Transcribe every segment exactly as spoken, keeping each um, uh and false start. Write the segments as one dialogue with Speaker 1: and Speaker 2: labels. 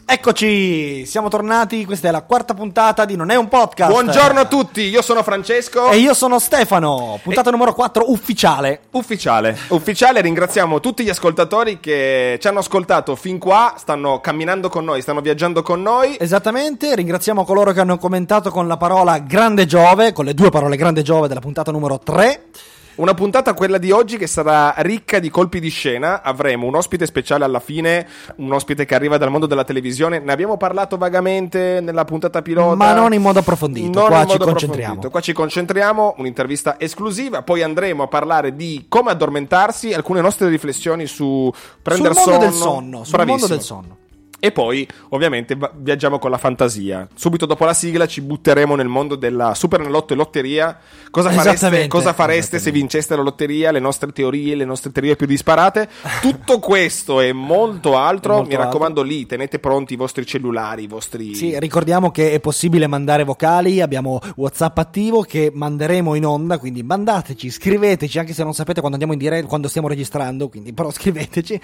Speaker 1: Eccoci, siamo tornati, questa è la quarta puntata di Non è un podcast.
Speaker 2: Buongiorno a tutti, io sono Francesco
Speaker 1: e io sono Stefano, puntata e... numero quattro ufficiale.
Speaker 2: Ufficiale, ufficiale, ringraziamo tutti gli ascoltatori che ci hanno ascoltato fin qua, stanno camminando con noi, stanno viaggiando con noi.
Speaker 1: Esattamente, ringraziamo coloro che hanno commentato con la parola Grande Giove, con le due parole Grande Giove della puntata numero tre.
Speaker 2: Una puntata, quella di oggi, che sarà ricca di colpi di scena. Avremo un ospite speciale alla fine, un ospite che arriva dal mondo della televisione. Ne abbiamo parlato vagamente nella puntata pilota,
Speaker 1: ma non in modo approfondito.
Speaker 2: Non
Speaker 1: qua
Speaker 2: in
Speaker 1: ci
Speaker 2: modo
Speaker 1: concentriamo.
Speaker 2: Qua ci concentriamo, un'intervista esclusiva. Poi andremo a parlare di come addormentarsi, alcune nostre riflessioni su prendere
Speaker 1: sul mondo
Speaker 2: sonno.
Speaker 1: del sonno. Sul mondo del sonno.
Speaker 2: E poi, ovviamente, viaggiamo con la fantasia. Subito dopo la sigla ci butteremo nel mondo della Superenalotto e lotteria. Cosa fareste, cosa fareste se vinceste la lotteria? Le nostre teorie, le nostre teorie più disparate. Tutto questo e molto altro. Molto Mi raccomando, altro. Lì tenete pronti i vostri cellulari, i vostri...
Speaker 1: Sì, ricordiamo che è possibile mandare vocali. Abbiamo WhatsApp attivo che manderemo in onda. Quindi mandateci, scriveteci, anche se non sapete quando andiamo in diretta, quando stiamo registrando. Quindi però scriveteci.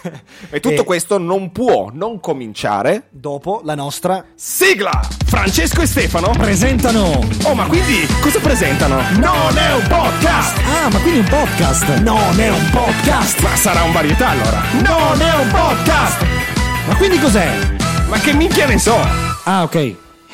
Speaker 2: E tutto e... questo non può non cominciare
Speaker 1: dopo la nostra
Speaker 2: sigla. Francesco e Stefano
Speaker 1: presentano.
Speaker 2: Oh, ma quindi cosa presentano? Non è un podcast.
Speaker 1: Ah, ma quindi un podcast? Non è un podcast.
Speaker 2: Ma sarà un varietà allora. Non è un podcast.
Speaker 1: Ma quindi cos'è?
Speaker 2: Ma che minchia ne so.
Speaker 1: Ah, ok.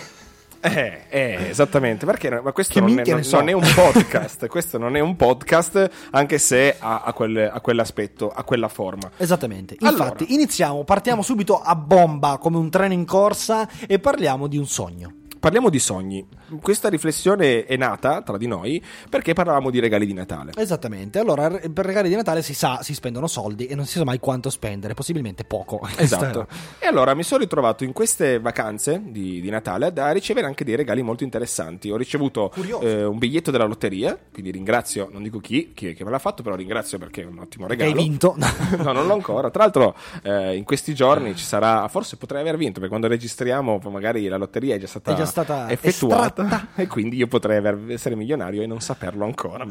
Speaker 2: Eh, eh, esattamente, perché ma questo
Speaker 1: che
Speaker 2: non è, non,
Speaker 1: so.
Speaker 2: non è un podcast, questo non è un podcast, anche se ha, ha, quel, ha quell'aspetto, ha quella forma.
Speaker 1: Esattamente,
Speaker 2: Allora.
Speaker 1: Infatti iniziamo, partiamo subito a bomba come un treno in corsa e parliamo di un sogno.
Speaker 2: Parliamo di sogni. Questa riflessione è nata tra di noi perché parlavamo di regali di Natale.
Speaker 1: Esattamente. Allora, per regali di Natale si sa, si spendono soldi e non si sa mai quanto spendere, possibilmente poco.
Speaker 2: Esatto. E allora mi sono ritrovato in queste vacanze di, di Natale a ricevere anche dei regali molto interessanti. Ho ricevuto eh, un biglietto della lotteria, quindi ringrazio, non dico chi, chi, chi me l'ha fatto, però ringrazio perché è un ottimo regalo.
Speaker 1: Hai vinto?
Speaker 2: No, non l'ho ancora. Tra l'altro eh, in questi giorni ci sarà, forse potrei aver vinto, perché quando registriamo magari la lotteria è già stata...
Speaker 1: È già stata
Speaker 2: effettuata
Speaker 1: estratta.
Speaker 2: E quindi io potrei essere milionario e non saperlo ancora.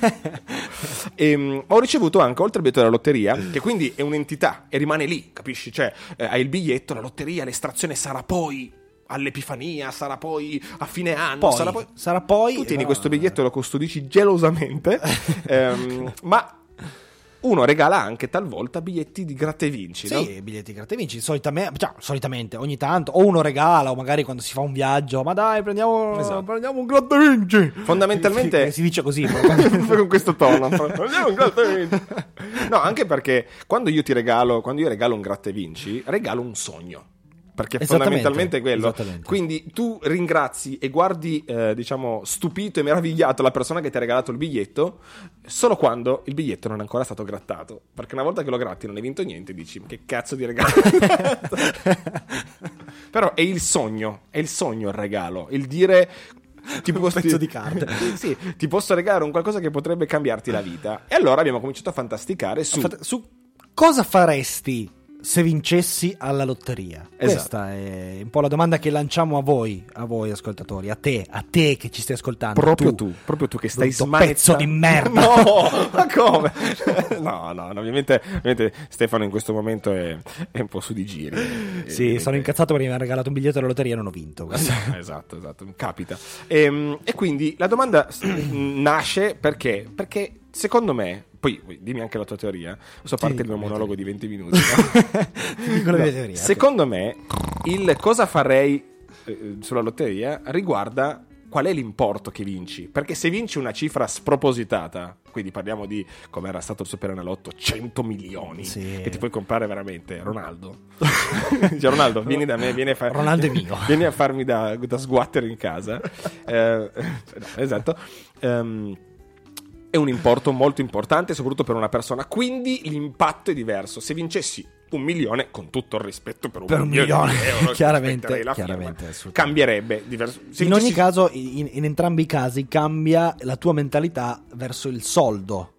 Speaker 2: e, um, ho ricevuto anche, oltre al biglietto della lotteria, che quindi è un'entità e rimane lì, capisci? Cioè eh, hai il biglietto, la lotteria, l'estrazione sarà poi all'Epifania, sarà poi a fine anno,
Speaker 1: poi,
Speaker 2: sarà poi...
Speaker 1: sarà poi
Speaker 2: tu tieni
Speaker 1: no.
Speaker 2: questo biglietto e lo custodisci gelosamente. ehm, ma uno regala anche talvolta biglietti di gratta e vinci,
Speaker 1: sì,
Speaker 2: no?
Speaker 1: Sì, biglietti di gratta e vinci, solitamente, cioè, solitamente, ogni tanto, o uno regala, o magari quando si fa un viaggio, ma dai, prendiamo,
Speaker 2: esatto.
Speaker 1: prendiamo un gratta e vinci.
Speaker 2: Fondamentalmente
Speaker 1: si, si dice così,
Speaker 2: con questo tono. Prendiamo un gratta e vinci. No, anche perché quando io ti regalo, quando io regalo un gratta e vinci, regalo un sogno. Perché fondamentalmente è quello. Quindi tu ringrazi e guardi, eh, diciamo, stupito e meravigliato la persona che ti ha regalato il biglietto solo quando il biglietto non è ancora stato grattato. Perché una volta che lo gratti non hai vinto niente, dici che cazzo di regalo. Però è il sogno, è il sogno il regalo, il dire... Ti
Speaker 1: un
Speaker 2: posso,
Speaker 1: pezzo di carta.
Speaker 2: Sì, ti posso regalare un qualcosa che potrebbe cambiarti la vita. E allora abbiamo cominciato a fantasticare su,
Speaker 1: su cosa faresti se vincessi alla lotteria.
Speaker 2: Esatto.
Speaker 1: Questa è un po' la domanda che lanciamo a voi, a voi ascoltatori, a te, a te che ci stai ascoltando.
Speaker 2: Proprio tu, tu proprio tu che stai
Speaker 1: smanettando. Pezzo di merda.
Speaker 2: No, ma come? No, no, no ovviamente, ovviamente Stefano in questo momento è, è un po' su di giri.
Speaker 1: Sì, è, sono è... incazzato perché mi ha regalato un biglietto alla lotteria e non ho vinto.
Speaker 2: Esatto, esatto, capita. E, e quindi la domanda nasce perché? Perché secondo me, poi dimmi anche la tua teoria, so parte sì, il mio monologo di venti minuti. No? No, teoria, secondo okay. me il cosa farei eh, sulla lotteria riguarda qual è l'importo che vinci, perché se vinci una cifra spropositata, quindi parliamo di come era stato il Superenalotto, cento milioni, sì. Che ti puoi comprare veramente Ronaldo. Dice Ronaldo, vieni da me, vieni a far...
Speaker 1: Ronaldo è mio.
Speaker 2: Vieni a farmi da, da sguatter in casa. eh, no, esatto. Um, è un importo molto importante, soprattutto per una persona, quindi l'impatto è diverso. Se vincessi un milione, con tutto il rispetto per un,
Speaker 1: per un milione, milione
Speaker 2: di euro,
Speaker 1: chiaramente, la chiaramente
Speaker 2: firma, cambierebbe diverso. Se
Speaker 1: in
Speaker 2: vincessi...
Speaker 1: ogni caso, in, in entrambi i casi cambia la tua mentalità verso il soldo,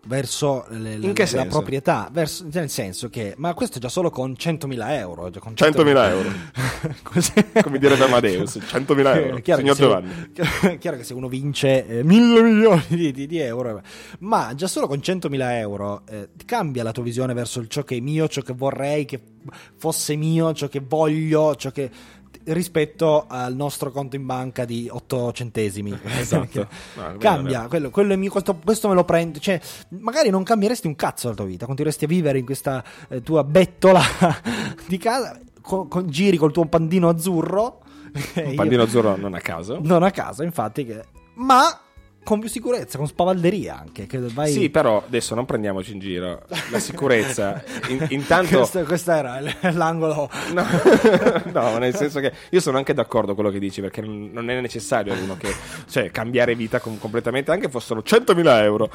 Speaker 1: verso le, le,
Speaker 2: In che
Speaker 1: la
Speaker 2: senso?
Speaker 1: proprietà, verso, nel senso che, ma questo è già solo con centomila euro. Già con
Speaker 2: centomila euro.
Speaker 1: Così.
Speaker 2: Come direbbe Amadeus, centomila euro.
Speaker 1: Chiaro
Speaker 2: Signor
Speaker 1: che se-
Speaker 2: Giovanni.
Speaker 1: chiaro che se uno vince eh, mille milioni di, di- di euro, ma già solo con centomila euro eh, cambia la tua visione verso il ciò che è mio, ciò che vorrei che fosse mio, ciò che voglio, ciò che rispetto al nostro conto in banca di otto centesimi.
Speaker 2: Esatto. No,
Speaker 1: Cambia,
Speaker 2: bene.
Speaker 1: quello, quello è mio, questo, questo me lo prendo, cioè magari non cambieresti un cazzo la tua vita, continueresti a vivere in questa eh, tua bettola di casa, con, con- giri col tuo pandino azzurro.
Speaker 2: Un pandino azzurro non a caso.
Speaker 1: Non a caso, infatti, che... ma con più sicurezza, con spavalderia anche. Che vai...
Speaker 2: Sì, però adesso non prendiamoci in giro. La sicurezza, in- intanto...
Speaker 1: questo, questo era l- l'angolo.
Speaker 2: No, no, nel senso che io sono anche d'accordo con quello che dici, perché non non è necessario uno che, cioè, cambiare vita com- completamente, anche fossero centomila euro.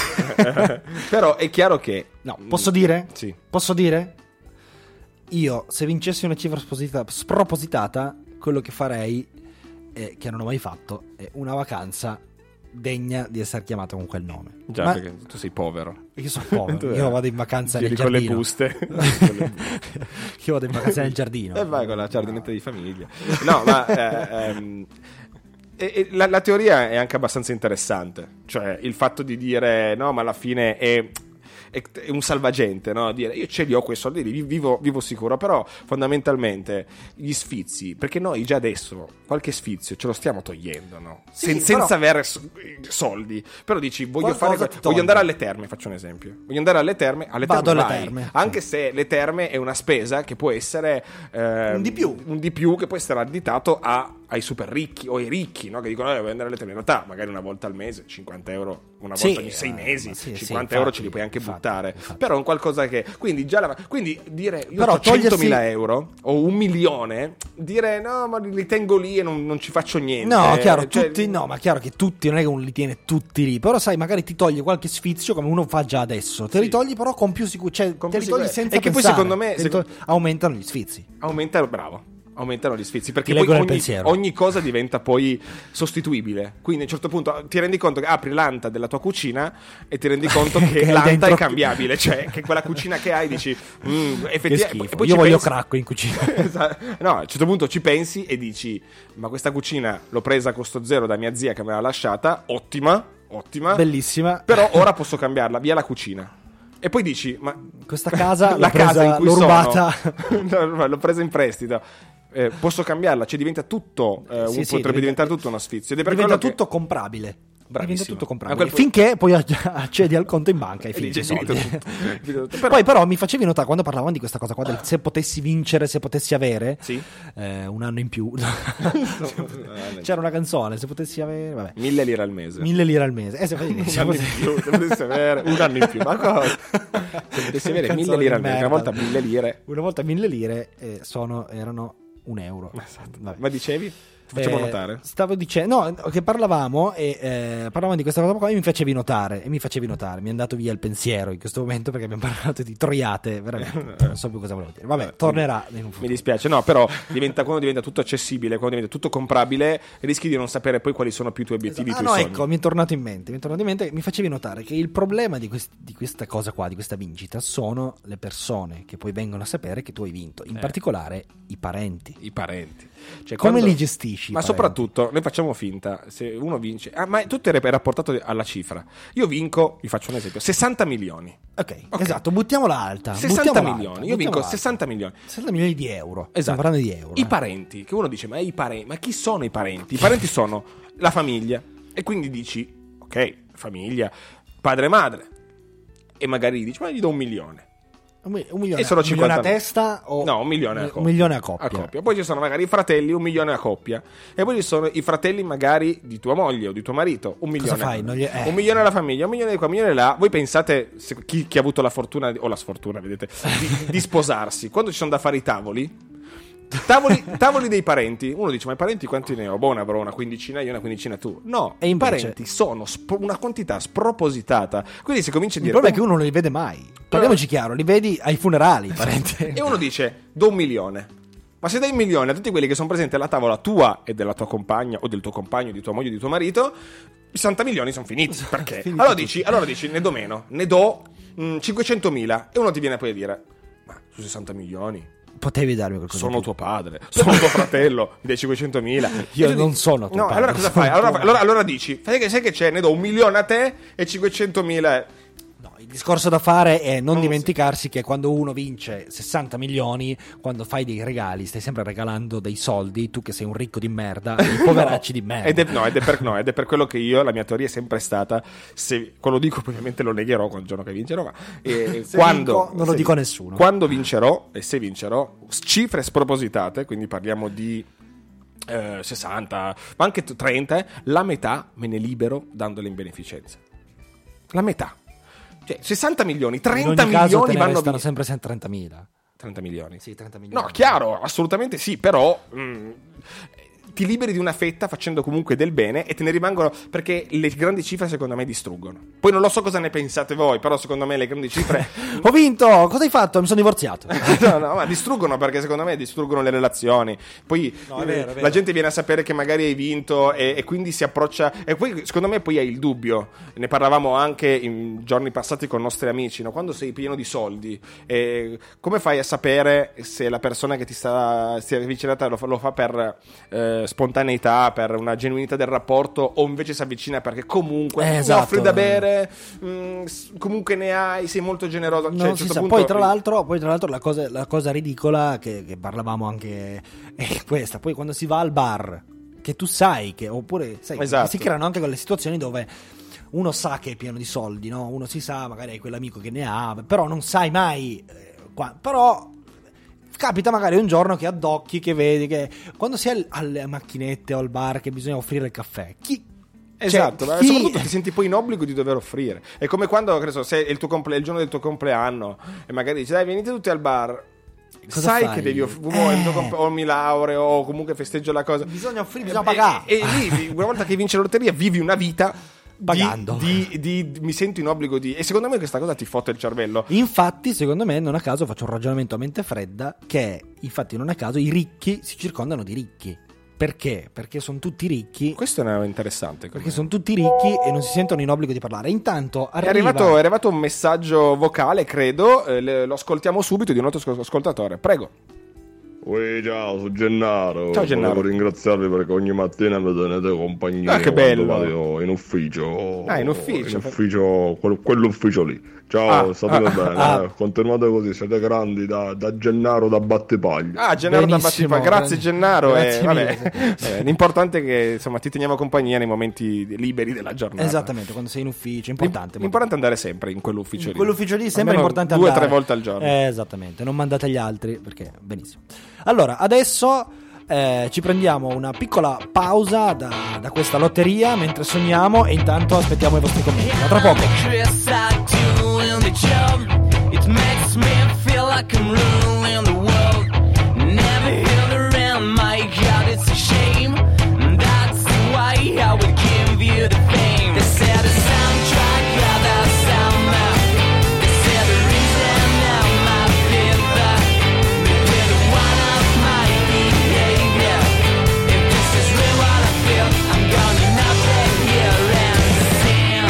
Speaker 2: Però è chiaro che...
Speaker 1: No, posso dire?
Speaker 2: Sì.
Speaker 1: Posso dire? Io, se vincessi una cifra sposita- spropositata, quello che farei, eh, che non ho mai fatto, è una vacanza degna di essere chiamata con quel nome.
Speaker 2: Già,
Speaker 1: Ma
Speaker 2: perché tu sei povero.
Speaker 1: io sono povero, io vado in vacanza nel
Speaker 2: Giri con le
Speaker 1: giardino.
Speaker 2: buste.
Speaker 1: Io vado in vacanza nel giardino.
Speaker 2: E vai con la giardinetta di famiglia. No, ma eh, ehm, e- e la, la teoria è anche abbastanza interessante. Cioè, il fatto di dire no, ma alla fine è, è, è un salvagente, no? Dire io ce li ho quei soldi, li vivo, vivo sicuro. Però fondamentalmente gli sfizi, perché noi già adesso qualche sfizio ce lo stiamo togliendo, no?
Speaker 1: Sì,
Speaker 2: Sen-
Speaker 1: però-
Speaker 2: senza avere so- soldi. Però dici voglio,
Speaker 1: Qualcosa
Speaker 2: fare,
Speaker 1: ti
Speaker 2: voglio
Speaker 1: toglie.
Speaker 2: andare alle terme, faccio un esempio. Voglio andare alle terme, alle
Speaker 1: Vado
Speaker 2: terme
Speaker 1: alle
Speaker 2: vai.
Speaker 1: terme,
Speaker 2: Anche
Speaker 1: sì.
Speaker 2: se le terme è una spesa che può essere ehm,
Speaker 1: Un di più.
Speaker 2: un di più che può essere additato a, ai super ricchi o ai ricchi, no? Che dicono eh, vuoi andare alle terme. In realtà magari una volta al mese, cinquanta euro una volta
Speaker 1: Sì,
Speaker 2: ogni sei
Speaker 1: eh,
Speaker 2: mesi,
Speaker 1: ma sì, sì,
Speaker 2: cinquanta euro
Speaker 1: infatti,
Speaker 2: ce li puoi anche
Speaker 1: infatti,
Speaker 2: buttare.
Speaker 1: infatti.
Speaker 2: Però è un qualcosa che quindi già la, quindi dire io
Speaker 1: Però
Speaker 2: ho
Speaker 1: togliersi-
Speaker 2: centomila euro o un milione, dire no, ma li tengo lì e non, non ci faccio niente.
Speaker 1: No, chiaro,
Speaker 2: Cioè,
Speaker 1: tutti, no, ma chiaro che tutti non è che uno li tiene tutti lì, però sai, magari ti toglie qualche sfizio come uno fa già adesso, te
Speaker 2: Sì.
Speaker 1: li togli però con più sicurezza, cioè
Speaker 2: Con
Speaker 1: te
Speaker 2: più
Speaker 1: li togli
Speaker 2: sicurezza.
Speaker 1: senza
Speaker 2: E che poi
Speaker 1: pensare,
Speaker 2: secondo me-
Speaker 1: te li
Speaker 2: secondo-
Speaker 1: togli- aumentano gli sfizi.
Speaker 2: Aumentano, bravo. Aumentano gli sfizi perché
Speaker 1: Ti
Speaker 2: poi
Speaker 1: leggo nel
Speaker 2: ogni,
Speaker 1: pensiero.
Speaker 2: ogni cosa diventa poi sostituibile. Quindi a un certo punto ti rendi conto che apri l'anta della tua cucina e ti rendi conto che,
Speaker 1: Che hai
Speaker 2: l'anta
Speaker 1: dentro-
Speaker 2: è cambiabile, cioè che quella cucina che hai dici mm,
Speaker 1: Che
Speaker 2: effettivamente.
Speaker 1: schifo.
Speaker 2: e poi
Speaker 1: Io
Speaker 2: ci
Speaker 1: voglio
Speaker 2: pensi-
Speaker 1: cracco in cucina.
Speaker 2: Esatto. No, a un certo punto ci pensi e dici ma questa cucina l'ho presa a costo zero da mia zia che me l'ha lasciata, ottima, ottima.
Speaker 1: Bellissima.
Speaker 2: Però ora posso cambiarla, via la cucina. E poi dici ma
Speaker 1: Questa casa
Speaker 2: la
Speaker 1: l'ho presa-
Speaker 2: casa in cui
Speaker 1: l'ho
Speaker 2: sono,
Speaker 1: rubata.
Speaker 2: no, l'ho presa in prestito. Eh, posso cambiarla, cioè diventa tutto eh,
Speaker 1: Sì,
Speaker 2: un-
Speaker 1: sì,
Speaker 2: potrebbe
Speaker 1: diventa-
Speaker 2: diventare tutto uno sfizio ed è per
Speaker 1: Diventa
Speaker 2: quello che-
Speaker 1: tutto comprabile.
Speaker 2: Bravissimo.
Speaker 1: Diventa tutto
Speaker 2: A
Speaker 1: comprabile.
Speaker 2: quel punto-
Speaker 1: Finché poi acc- accedi al conto in banca e
Speaker 2: E
Speaker 1: finisci i
Speaker 2: dici,
Speaker 1: soldi.
Speaker 2: finito tutto. Finito tutto. Però-
Speaker 1: Poi però mi facevi notare quando parlavamo di questa cosa qua del se potessi vincere, se potessi avere
Speaker 2: Sì.
Speaker 1: eh, un anno in più. C'era una canzone, se potessi avere, vabbè,
Speaker 2: mille lire al mese.
Speaker 1: mille lire al mese. Eh, se,
Speaker 2: un
Speaker 1: se
Speaker 2: anno in
Speaker 1: potessi-
Speaker 2: più, se potessi avere un anno in più, ma cosa? Se potessi avere
Speaker 1: Canzone
Speaker 2: mille lire
Speaker 1: di
Speaker 2: al mese, una
Speaker 1: merda.
Speaker 2: volta mille lire.
Speaker 1: Una volta mille lire eh, sono, erano un euro. Vabbè.
Speaker 2: Ma dicevi? Ti facevo
Speaker 1: Eh,
Speaker 2: notare?
Speaker 1: Stavo dicendo, no, che parlavamo e eh, parlavamo di questa cosa qua e mi facevi notare, e mi facevi notare, mi è andato via il pensiero in questo momento perché abbiamo parlato di troiate, veramente, non so più cosa volevo dire. Vabbè, tornerà in un
Speaker 2: Mi
Speaker 1: futuro.
Speaker 2: dispiace, no, però diventa, quando diventa tutto accessibile, quando diventa tutto comprabile, rischi di non sapere poi quali sono più i tuoi obiettivi,
Speaker 1: Ah
Speaker 2: i
Speaker 1: no,
Speaker 2: tuoi sogni.
Speaker 1: ecco, mi è tornato in mente, mi è tornato in mente, mi facevi notare che il problema di, quest- di questa cosa qua, di questa vincita, sono le persone che poi vengono a sapere che tu hai vinto, in
Speaker 2: Eh.
Speaker 1: particolare i parenti.
Speaker 2: I parenti. Cioè,
Speaker 1: Come
Speaker 2: quando-
Speaker 1: li gestisci? i
Speaker 2: Ma
Speaker 1: parenti?
Speaker 2: soprattutto, noi facciamo finta, se uno vince, ah, ma tutto è rapportato alla cifra. Io vinco, vi faccio un esempio, sessanta milioni.
Speaker 1: Ok,
Speaker 2: Ok.
Speaker 1: esatto, buttiamola alta.
Speaker 2: sessanta
Speaker 1: buttiamola
Speaker 2: milioni,
Speaker 1: alta,
Speaker 2: io vinco
Speaker 1: buttiamola alta.
Speaker 2: sessanta milioni.
Speaker 1: sessanta milioni di euro.
Speaker 2: Esatto.
Speaker 1: Stiamo parlando di euro.
Speaker 2: I
Speaker 1: eh.
Speaker 2: parenti, che uno dice, ma i parenti, ma chi sono i parenti? I parenti sono la famiglia. E quindi dici, ok, famiglia, padre e madre. E magari dici, ma gli do un milione.
Speaker 1: Un mi- un milione,
Speaker 2: E sono
Speaker 1: un milione a
Speaker 2: cinquanta
Speaker 1: testa o
Speaker 2: No, un milione a coppia.
Speaker 1: Un milione a coppia.
Speaker 2: Poi ci sono magari i fratelli, un milione a coppia. E poi ci sono i fratelli magari di tua moglie o di tuo marito, un milione.
Speaker 1: fai? Non gli- eh.
Speaker 2: Un milione alla famiglia, un milione di qua, un milione là. Voi pensate, se- chi, chi ha avuto la fortuna, o la sfortuna, vedete, di, di sposarsi, quando ci sono da fare i tavoli, tavoli, tavoli dei parenti, uno dice, ma i parenti quanti ne ho? Boh, ne avrò una quindicina io, una quindicina tu. No,
Speaker 1: E
Speaker 2: i
Speaker 1: invece-
Speaker 2: parenti sono sp- una quantità spropositata. Quindi si comincia a
Speaker 1: Il
Speaker 2: dire...
Speaker 1: problema è che uno non li vede mai. Parliamoci chiaro, li vedi ai funerali, i parenti.
Speaker 2: E uno dice, do un milione. Ma se dai un milione a tutti quelli che sono presenti alla tavola tua e della tua compagna o del tuo compagno, di tua moglie o di tuo marito, i sessanta milioni sono finiti. Perché?
Speaker 1: Finiti
Speaker 2: allora, dici, allora dici, ne do meno, ne do mh, cinquecentomila e uno ti viene poi a dire, ma su sessanta milioni
Speaker 1: potevi darmi qualcosa.
Speaker 2: Sono tuo padre, sono tuo fratello, mi dai cinquecentomila.
Speaker 1: Io non dici, sono tuo
Speaker 2: no,
Speaker 1: padre.
Speaker 2: Allora cosa fai? Allora, allora, allora dici, sai che, sai che c'è? Ne do un milione a te e cinquecentomila.
Speaker 1: No, il discorso da fare è non,
Speaker 2: Non
Speaker 1: dimenticarsi si... che quando uno vince sessanta milioni, quando fai dei regali, stai sempre regalando dei soldi, tu che sei un ricco di merda, i poveracci di merda.
Speaker 2: Ed è, no, ed è per, no, ed è per quello che io, la mia teoria è sempre stata, se, quando dico ovviamente lo negherò quel giorno che vincerò, ma eh, quando,
Speaker 1: vinco, non lo dico a nessuno.
Speaker 2: Quando vincerò, e se vincerò, cifre spropositate, quindi parliamo di eh, sessanta, ma anche trenta, eh, la metà me ne libero dandole in beneficenza. La metà. Cioè, sessanta milioni, trenta
Speaker 1: in ogni caso
Speaker 2: milioni
Speaker 1: te ne
Speaker 2: vanno
Speaker 1: restano
Speaker 2: via.
Speaker 1: sempre trentamila.
Speaker 2: trenta milioni.
Speaker 1: Sì, trenta milioni.
Speaker 2: No, chiaro, assolutamente sì, però mh, ti liberi di una fetta facendo comunque del bene e te ne rimangono, perché le grandi cifre secondo me distruggono. Poi non lo so cosa ne pensate voi, però secondo me le grandi cifre
Speaker 1: ho vinto, cosa hai fatto? Mi sono divorziato.
Speaker 2: no, no, ma distruggono, perché secondo me distruggono le relazioni. Poi
Speaker 1: no, è vero, è vero.
Speaker 2: La gente viene a sapere che magari hai vinto e, e quindi si approccia, e poi secondo me poi hai il dubbio. Ne parlavamo anche in giorni passati con nostri amici, no? Quando sei pieno di soldi, eh, come fai a sapere se la persona che ti sta si è avvicinata lo fa, lo fa per eh, spontaneità, per una genuinità del rapporto, o invece si avvicina perché comunque
Speaker 1: eh,
Speaker 2: mi
Speaker 1: esatto.
Speaker 2: offri da bere, mh, comunque ne hai, sei molto generoso. Cioè,
Speaker 1: Non
Speaker 2: a un
Speaker 1: si
Speaker 2: certo
Speaker 1: sa.
Speaker 2: punto...
Speaker 1: Poi tra l'altro, poi tra l'altro la cosa, la cosa ridicola che, che parlavamo anche è questa. Poi quando si va al bar, che tu sai che, oppure sai,
Speaker 2: Esatto.
Speaker 1: si creano anche quelle situazioni dove uno sa che è pieno di soldi, no? Uno si sa, magari hai quell'amico che ne ha, però non sai mai eh, qua, però capita magari un giorno che addocchi, che vedi che quando si è alle macchinette o al bar che bisogna offrire il caffè, chi
Speaker 2: Esatto,
Speaker 1: cioè,
Speaker 2: ma
Speaker 1: chi...
Speaker 2: soprattutto ti senti poi in obbligo di dover offrire. È come quando, che ne so, se è il, tuo comple- il giorno del tuo compleanno e magari dici dai venite tutti al bar.
Speaker 1: Cosa
Speaker 2: sai
Speaker 1: fai?
Speaker 2: che devi offrire,
Speaker 1: Eh.
Speaker 2: o mi laureo o comunque festeggio la cosa,
Speaker 1: bisogna offrire, bisogna pagare.
Speaker 2: E, e lì una volta che vinci la lotteria vivi una vita
Speaker 1: pagando.
Speaker 2: Di, di, di, di, mi sento in obbligo di, e secondo me questa cosa ti fotte il cervello.
Speaker 1: Infatti secondo me non a caso faccio un ragionamento a mente fredda che infatti non a caso i ricchi si circondano di ricchi. Perché? Perché sono tutti ricchi.
Speaker 2: Questo è interessante.
Speaker 1: Perché sono tutti ricchi e non si sentono in obbligo di parlare. Intanto arriva...
Speaker 2: è, arrivato, è arrivato un messaggio vocale, credo, eh, lo ascoltiamo subito di un altro ascoltatore. Prego.
Speaker 3: Ui, ciao, sono Gennaro.
Speaker 2: Ciao Gennaro.
Speaker 3: Volevo ringraziarvi perché ogni mattina mi tenete compagnia.
Speaker 2: Ah, che
Speaker 3: quando
Speaker 2: bello.
Speaker 3: vado in ufficio.
Speaker 2: Ah, in ufficio.
Speaker 3: In ufficio, quel- quell'ufficio lì. Ciao,
Speaker 2: Ah,
Speaker 3: state
Speaker 2: ah,
Speaker 3: bene.
Speaker 1: ah.
Speaker 3: eh. Continuate così, siete grandi da, da Gennaro da Battipaglia.
Speaker 2: Ah, Gennaro da
Speaker 1: Benissimo,
Speaker 2: Battipaglia. Grazie
Speaker 1: grande.
Speaker 2: Gennaro.
Speaker 1: Grazie
Speaker 2: eh,
Speaker 1: mille.
Speaker 2: vabbè. Eh, l'importante è che insomma ti teniamo compagnia nei momenti liberi della giornata.
Speaker 1: Esattamente, quando sei in ufficio, importante.
Speaker 2: L'importante è andare sempre in quell'ufficio lì.
Speaker 1: Quell'ufficio lì sembra
Speaker 2: Almeno
Speaker 1: importante
Speaker 2: due o
Speaker 1: andare.
Speaker 2: tre volte al giorno.
Speaker 1: Eh, esattamente, non mandate agli altri perché benissimo. Allora, adesso eh, ci prendiamo una piccola pausa da, da questa lotteria mentre sogniamo e intanto aspettiamo i vostri commenti. A tra poco.
Speaker 4: It makes me feel like I'm ruling the world. Never held around, my God, it's a shame. That's why I would give you the fame. They said the soundtrack of the summer. They said the reason of my fever. Maybe the one of my behavior. If this is really what I feel, I'm gonna knock it here and sing.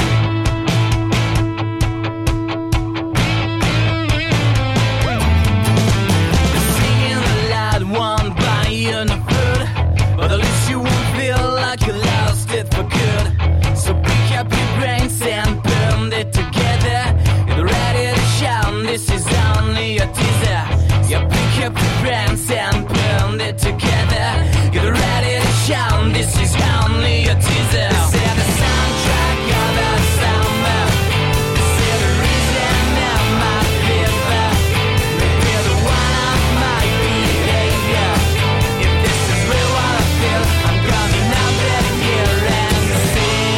Speaker 4: Singing aloud, one by you no food, but at least you won't feel like you lost it for good. So pick up your brains and burn it together. You're ready to shout, this is only a teaser. Yeah, pick up your brains and burn it together. Get ready to shout, this is only a teaser. This is the soundtrack of the summer. This is the reason of my fever. Maybe the one of my behavior. If this is real what I feel, I'm gonna knock it here and sing.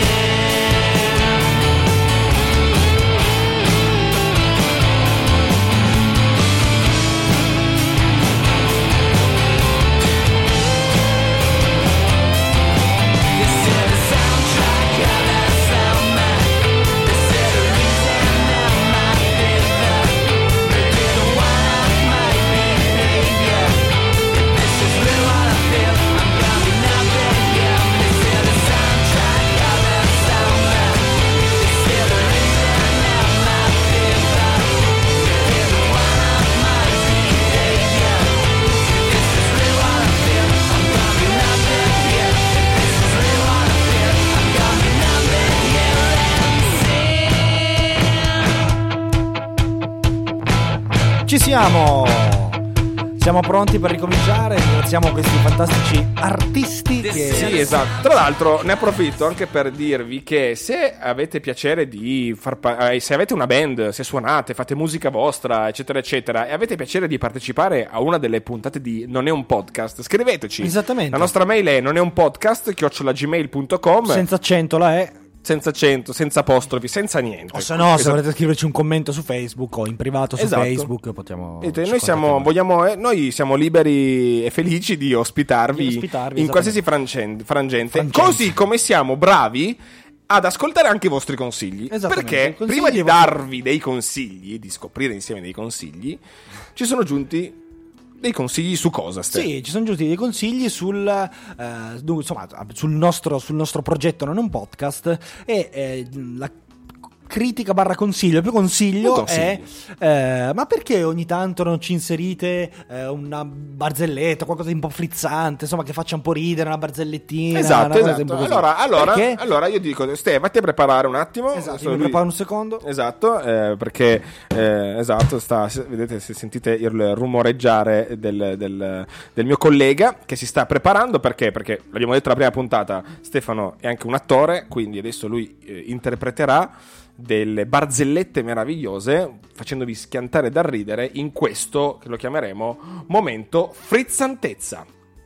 Speaker 1: siamo! Siamo pronti per ricominciare. Ringraziamo questi fantastici artisti che...
Speaker 2: Sì, esatto. Tra l'altro ne approfitto anche per dirvi che se avete piacere di far pa- eh, se avete una band, se suonate, fate musica vostra, eccetera eccetera, e avete piacere di partecipare a una delle puntate di Non è un podcast, scriveteci.
Speaker 1: Esattamente.
Speaker 2: La nostra mail è non è un podcast chiocciola gmail punto com,
Speaker 1: senza accento la è.
Speaker 2: senza accento, senza apostrofi, senza niente.
Speaker 1: O se no, se
Speaker 2: Esatto.
Speaker 1: volete scriverci un commento su Facebook o in privato su
Speaker 2: Esatto.
Speaker 1: Facebook, possiamo.
Speaker 2: Vedete,
Speaker 1: ci
Speaker 2: noi siamo,
Speaker 1: contattiamo.
Speaker 2: vogliamo, eh, noi siamo liberi e felici di ospitarvi,
Speaker 1: Di ospitarvi,
Speaker 2: in qualsiasi frangente, frangente, così come siamo bravi ad ascoltare anche i vostri consigli.
Speaker 1: Esattamente,
Speaker 2: Perché
Speaker 1: consigli
Speaker 2: prima di
Speaker 1: e vostri-
Speaker 2: darvi dei consigli, di scoprire insieme dei consigli, ci sono giunti dei consigli su cosa, Ste?
Speaker 1: Sì, ci sono giunti dei consigli sul, eh, du- insomma, sul, nostro, sul nostro progetto Non è un podcast e eh, la critica barra consiglio, più consiglio,
Speaker 2: Un consiglio.
Speaker 1: è eh, ma perché ogni tanto non ci inserite eh, una barzelletta, qualcosa di un po' frizzante, insomma, che faccia un po' ridere, una barzellettina,
Speaker 2: Esatto,
Speaker 1: una cosa un po'
Speaker 2: esatto.
Speaker 1: così.
Speaker 2: Allora, allora,
Speaker 1: Perché?
Speaker 2: allora io dico, Ste, vatti a preparare un attimo.
Speaker 1: Esatto,
Speaker 2: Adesso
Speaker 1: io mi
Speaker 2: lui-
Speaker 1: preparo un secondo.
Speaker 2: Esatto, eh, perché eh, esatto, sta, se- vedete, se sentite il rumoreggiare del, del, del mio collega che si sta preparando, perché? Perché l'abbiamo detto la prima puntata, Stefano è anche un attore, quindi adesso lui eh, interpreterà delle barzellette meravigliose facendovi schiantare dal ridere in questo che lo chiameremo momento frizzantezza.